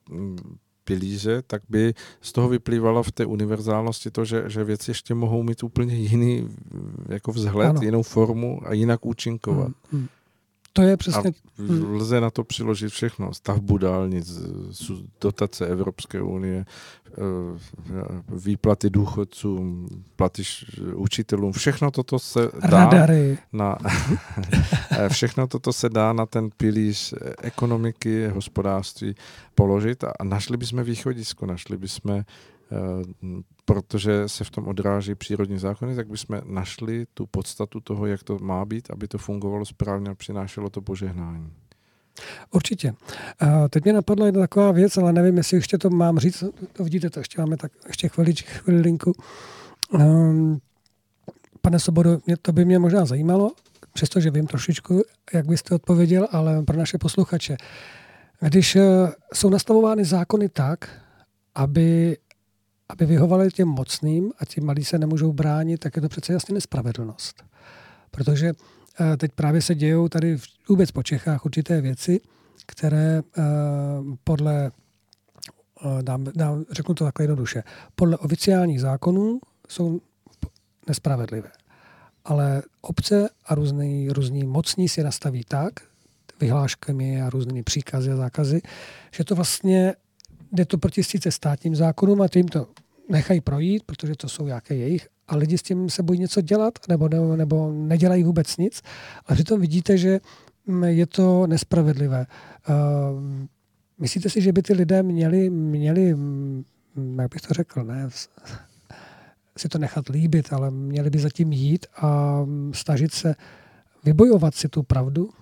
S2: pilíře, tak by z toho vyplývalo v té univerzálnosti to, že, že věci ještě mohou mít úplně jiný jako vzhled, ano. jinou formu a jinak účinkovat. Hmm, hmm.
S1: To je přesně...
S2: A lze na to přiložit všechno. Stavbu dálnic, dotace Evropské unie, výplaty důchodcům, platy učitelům. Všechno toto se dá
S1: Radary.
S2: na, všechno toto se dá na ten pilíř ekonomiky, hospodářství položit a našli bychom východisko, našli bychom, protože se v tom odráží přírodní zákony, tak bychom našli tu podstatu toho, jak to má být, aby to fungovalo správně a přinášelo to požehnání.
S1: Určitě. A teď mě napadla jedna taková věc, ale nevím, jestli ještě to mám říct. To vidíte, to ještě máme tak ještě chvilič, chvilinku. Um, pane Svobodo, mě, to by mě možná zajímalo, přestože vím trošičku, jak byste odpověděl, ale pro naše posluchače. Když uh, jsou nastavovány zákony tak, aby aby vyhovali těm mocným a ti malí se nemůžou bránit, tak je to přece jasně nespravedlnost. Protože teď právě se dějou tady vůbec po Čechách určité věci, které podle, dám, dám, řeknu to takhle jednoduše, podle oficiálních zákonů jsou nespravedlivé. Ale obce a různý, různý mocní si nastaví tak, vyhláškami a různými příkazy a zákazy, že to vlastně jde to proti sice státním zákonům a tím to nechají projít, protože to jsou nějaké jejich, a lidi s tím se bojí něco dělat nebo, nebo, nebo nedělají vůbec nic. A přitom vidíte, že je to nespravedlivé. Uh, myslíte si, že by ty lidé měli, měli jak bych to řekl, ne, si to nechat líbit, ale měli by zatím jít a snažit se vybojovat si tu pravdu?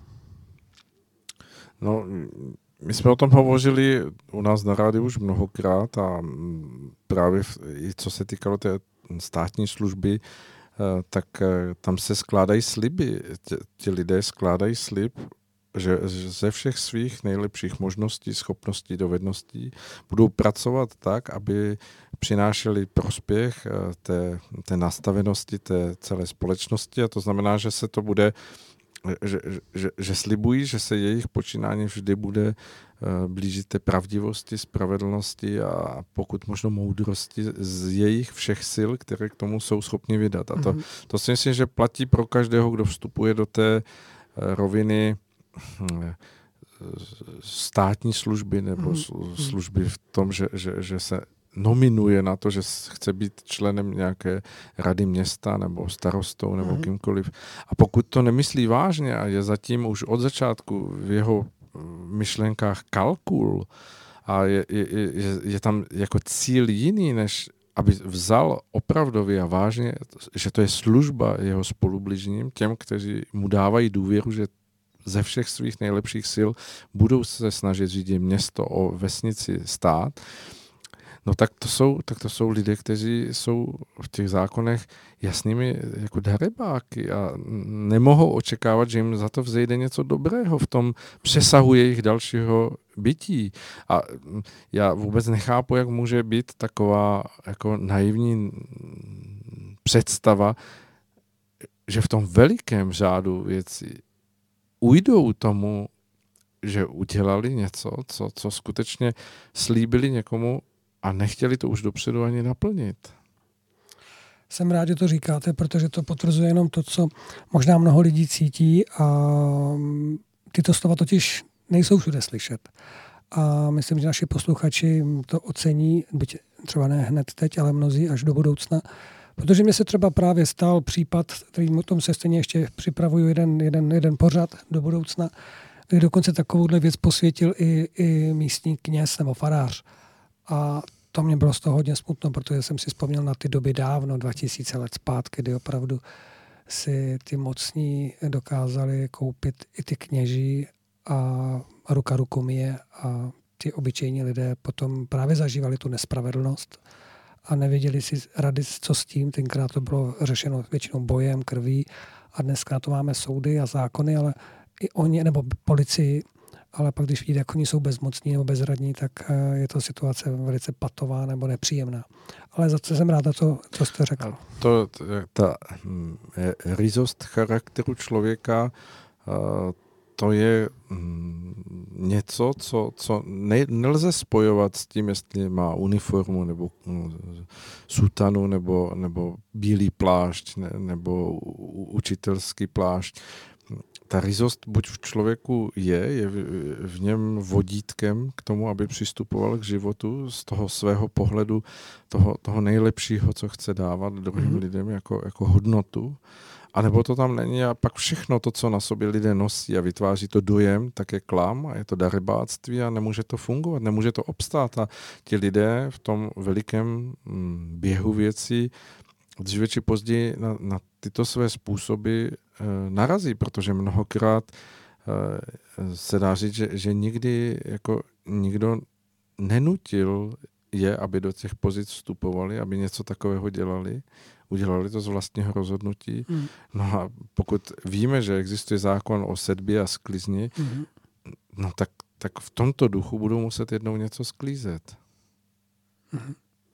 S2: No, my jsme o tom hovořili u nás na rádiu už mnohokrát a právě i co se týkalo té státní služby, tak tam se skládají sliby. Ti lidé skládají slib, že ze všech svých nejlepších možností, schopností, dovedností budou pracovat tak, aby přinášeli prospěch té, té nastavenosti té celé společnosti, a to znamená, že se to bude Že, že, že slibují, že se jejich počínání vždy bude uh, blížit té pravdivosti, spravedlnosti a pokud možno moudrosti z jejich všech sil, které k tomu jsou schopni vydat. A to, mm-hmm. to si myslím, že platí pro každého, kdo vstupuje do té uh, roviny uh, státní služby nebo mm-hmm. služby v tom, že, že, že se nominuje na to, že chce být členem nějaké rady města nebo starostou nebo mm-hmm. kýmkoliv. A pokud to nemyslí vážně a je zatím už od začátku v jeho myšlenkách kalkul a je, je, je, je tam jako cíl jiný, než aby vzal opravdově a vážně, že to je služba jeho spolubližním, těm, kteří mu dávají důvěru, že ze všech svých nejlepších sil budou se snažit řídit město, o vesnici, stát, no tak to jsou, tak to jsou lidé, kteří jsou v těch zákonech jasnými jako darebáky a nemohou očekávat, že jim za to vzejde něco dobrého v tom přesahu jejich dalšího bytí. A já vůbec nechápu, jak může být taková jako naivní představa, že v tom velikém řádu věcí ujdou tomu, že udělali něco, co, co skutečně slíbili někomu, a nechtěli to už dopředu ani naplnit.
S1: Jsem rád, že to říkáte, protože to potvrzuje jenom to, co možná mnoho lidí cítí a tyto slova totiž nejsou všude slyšet. A myslím, že naši posluchači to ocení, byť třeba ne hned teď, ale mnozí až do budoucna. Protože mně se třeba právě stal případ, který o tom se stejně ještě připravuju jeden, jeden, jeden pořad do budoucna, kdy dokonce takovouhle věc posvětil i, i místní kněz nebo farář. A to mě bylo z toho hodně smutno, protože jsem si vzpomněl na ty doby dávno, dva tisíce let zpátky, kdy opravdu si ty mocní dokázali koupit i ty kněží a ruka ruku myje a ti obyčejní lidé potom právě zažívali tu nespravedlnost a nevěděli si rady, co s tím. Tenkrát to bylo řešeno většinou bojem, krví a dneska to máme soudy a zákony, ale i oni, nebo policii, ale pak, když vidíte, jak oni jsou bezmocní nebo bezradní, tak je to situace velice patová nebo nepříjemná. Ale zase jsem rád na to, co jste řekl.
S2: To, ta ryzost charakteru člověka, to je něco, co, co ne, nelze spojovat s tím, jestli má uniformu nebo sutanu nebo, nebo bílý plášť ne, nebo učitelský plášť. ta ryzost buď v člověku je, je v, v něm vodítkem k tomu, aby přistupoval k životu z toho svého pohledu, toho, toho nejlepšího, co chce dávat druhým mm-hmm. lidem jako, jako hodnotu, anebo to tam není a pak všechno to, co na sobě lidé nosí a vytváří to dojem, tak je klam a je to darebáctví a nemůže to fungovat, nemůže to obstát a ti lidé v tom velikém běhu věcí dříve či později na, na tyto své způsoby e, narazí, protože mnohokrát e, se dá říct, že, že nikdy jako nikdo nenutil je, aby do těch pozic vstupovali, aby něco takového dělali. Udělali to z vlastního rozhodnutí. Mm. No a pokud víme, že existuje zákon o sedbě a sklizni, mm. no tak, tak v tomto duchu budou muset jednou něco sklízet.
S1: Mm.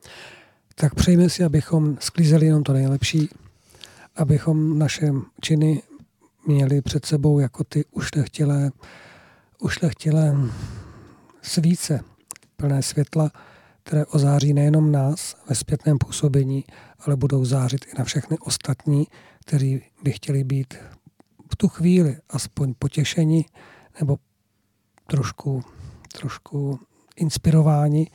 S1: Tak přejme si, abychom sklízeli jenom to nejlepší, abychom naše činy měli před sebou jako ty ušlechtilé, ušlechtilé svíce, plné světla, které ozáří nejenom nás ve zpětném působení, ale budou zářit i na všechny ostatní, kteří by chtěli být v tu chvíli aspoň potěšeni nebo trošku, trošku inspirováni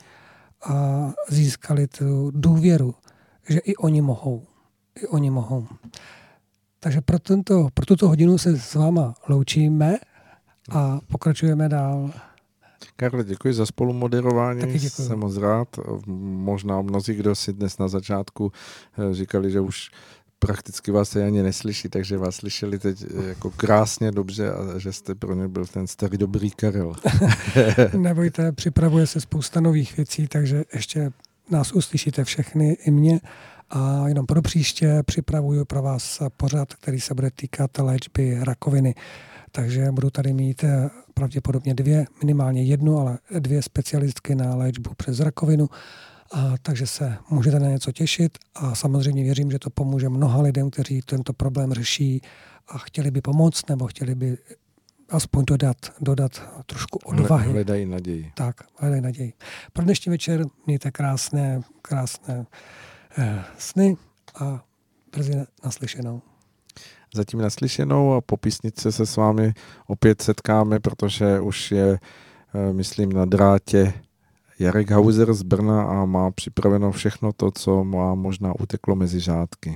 S1: a získali tu důvěru, že i oni mohou. I oni mohou. Takže pro, tento, pro tuto hodinu se s váma loučíme a pokračujeme dál.
S2: Karle, děkuji za spolumoderování, jsem moc rád. Možná mnozí, kdo si dnes na začátku říkali, že už prakticky vás se ani neslyší, takže vás slyšeli teď jako krásně dobře a že jste pro ně byl ten starý dobrý Karel.
S1: Nebojte, připravuje se spousta nových věcí, takže ještě nás uslyšíte všechny i mě a jenom pro příště připravuju pro vás pořad, který se bude týkat léčby rakoviny. Takže budu tady mít pravděpodobně dvě, minimálně jednu, ale dvě specialistky na léčbu přes rakovinu. A takže se můžete na něco těšit a samozřejmě věřím, že to pomůže mnoha lidem, kteří tento problém řeší a chtěli by pomoct nebo chtěli by aspoň dodat, dodat trošku odvahy.
S2: Hledají naději.
S1: Tak, hledají naději. Pro dnešní večer mějte krásné, krásné eh, sny a brzy naslyšenou.
S2: Zatím naslyšenou a po písničce se s vámi opět setkáme, protože už je, myslím, na drátě Jarek Hauser z Brna a má připraveno všechno to, co má možná uteklo mezi řádky.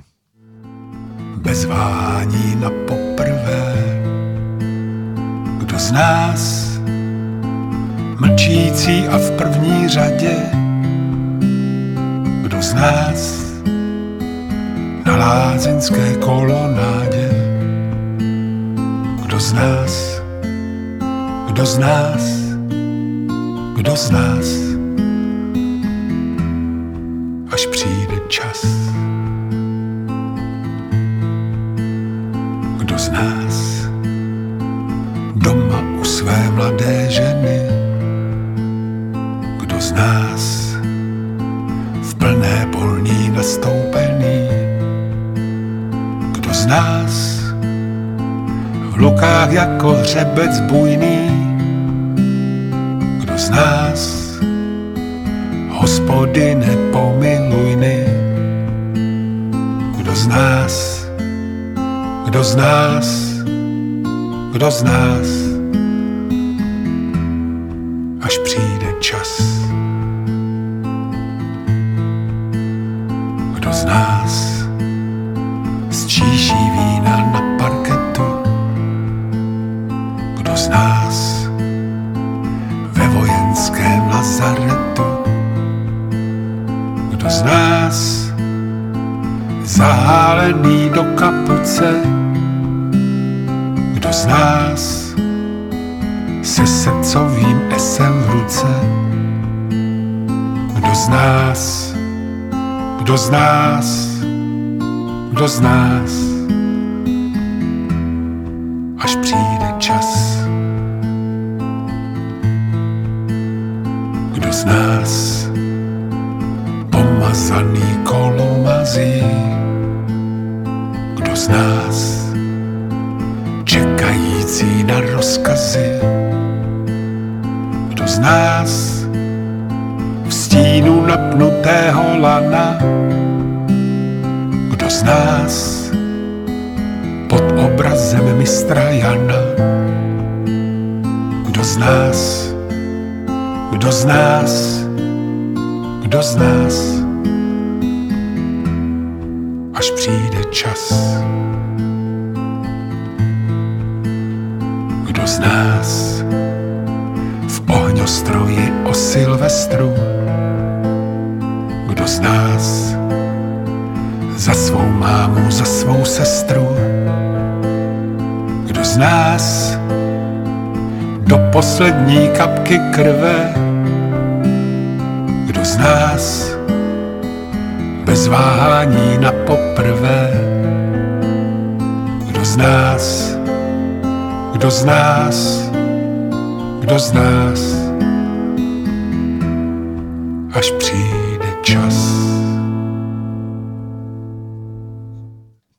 S3: Bez váhání na poprvé, kdo z nás mlčící a v první řadě, kdo z nás na lázeňské kolonádě, kdo z nás, kdo z nás, kdo z nás, až přijde čas. Kdo z nás doma u své mladé ženy, kdo z nás v plné polní nastoupený, kdo z nás v lukách jako hřebec bujný, kdo z nás Hospodine pomilujny, kdo z nás, kdo z nás, kdo z nás, až přijde čas. Kdo z nás z číší vína na parketu, kdo z nás ve vojenském lazaretu, kdo z nás zahálený do kapuce, kdo z nás se srdcovým esem v ruce, kdo z nás, kdo z nás, kdo z nás, až přijde čas. Kdo z nás pomazaný kolomazí, kdo z nás čekající na rozkazy, kdo z nás v stínu napnutého lana, kdo z nás pod obraz obrazem mistra Jana. Kdo z nás, kdo z nás, kdo z nás, až přijde čas. Kdo z nás v ohňostroji o Silvestru, kdo z nás za svou mámu, za svou sestru, kdo z nás do poslední kapky krve, kdo z nás bez váhání na poprvé, kdo z nás, kdo z nás, kdo z nás, až přijde čas.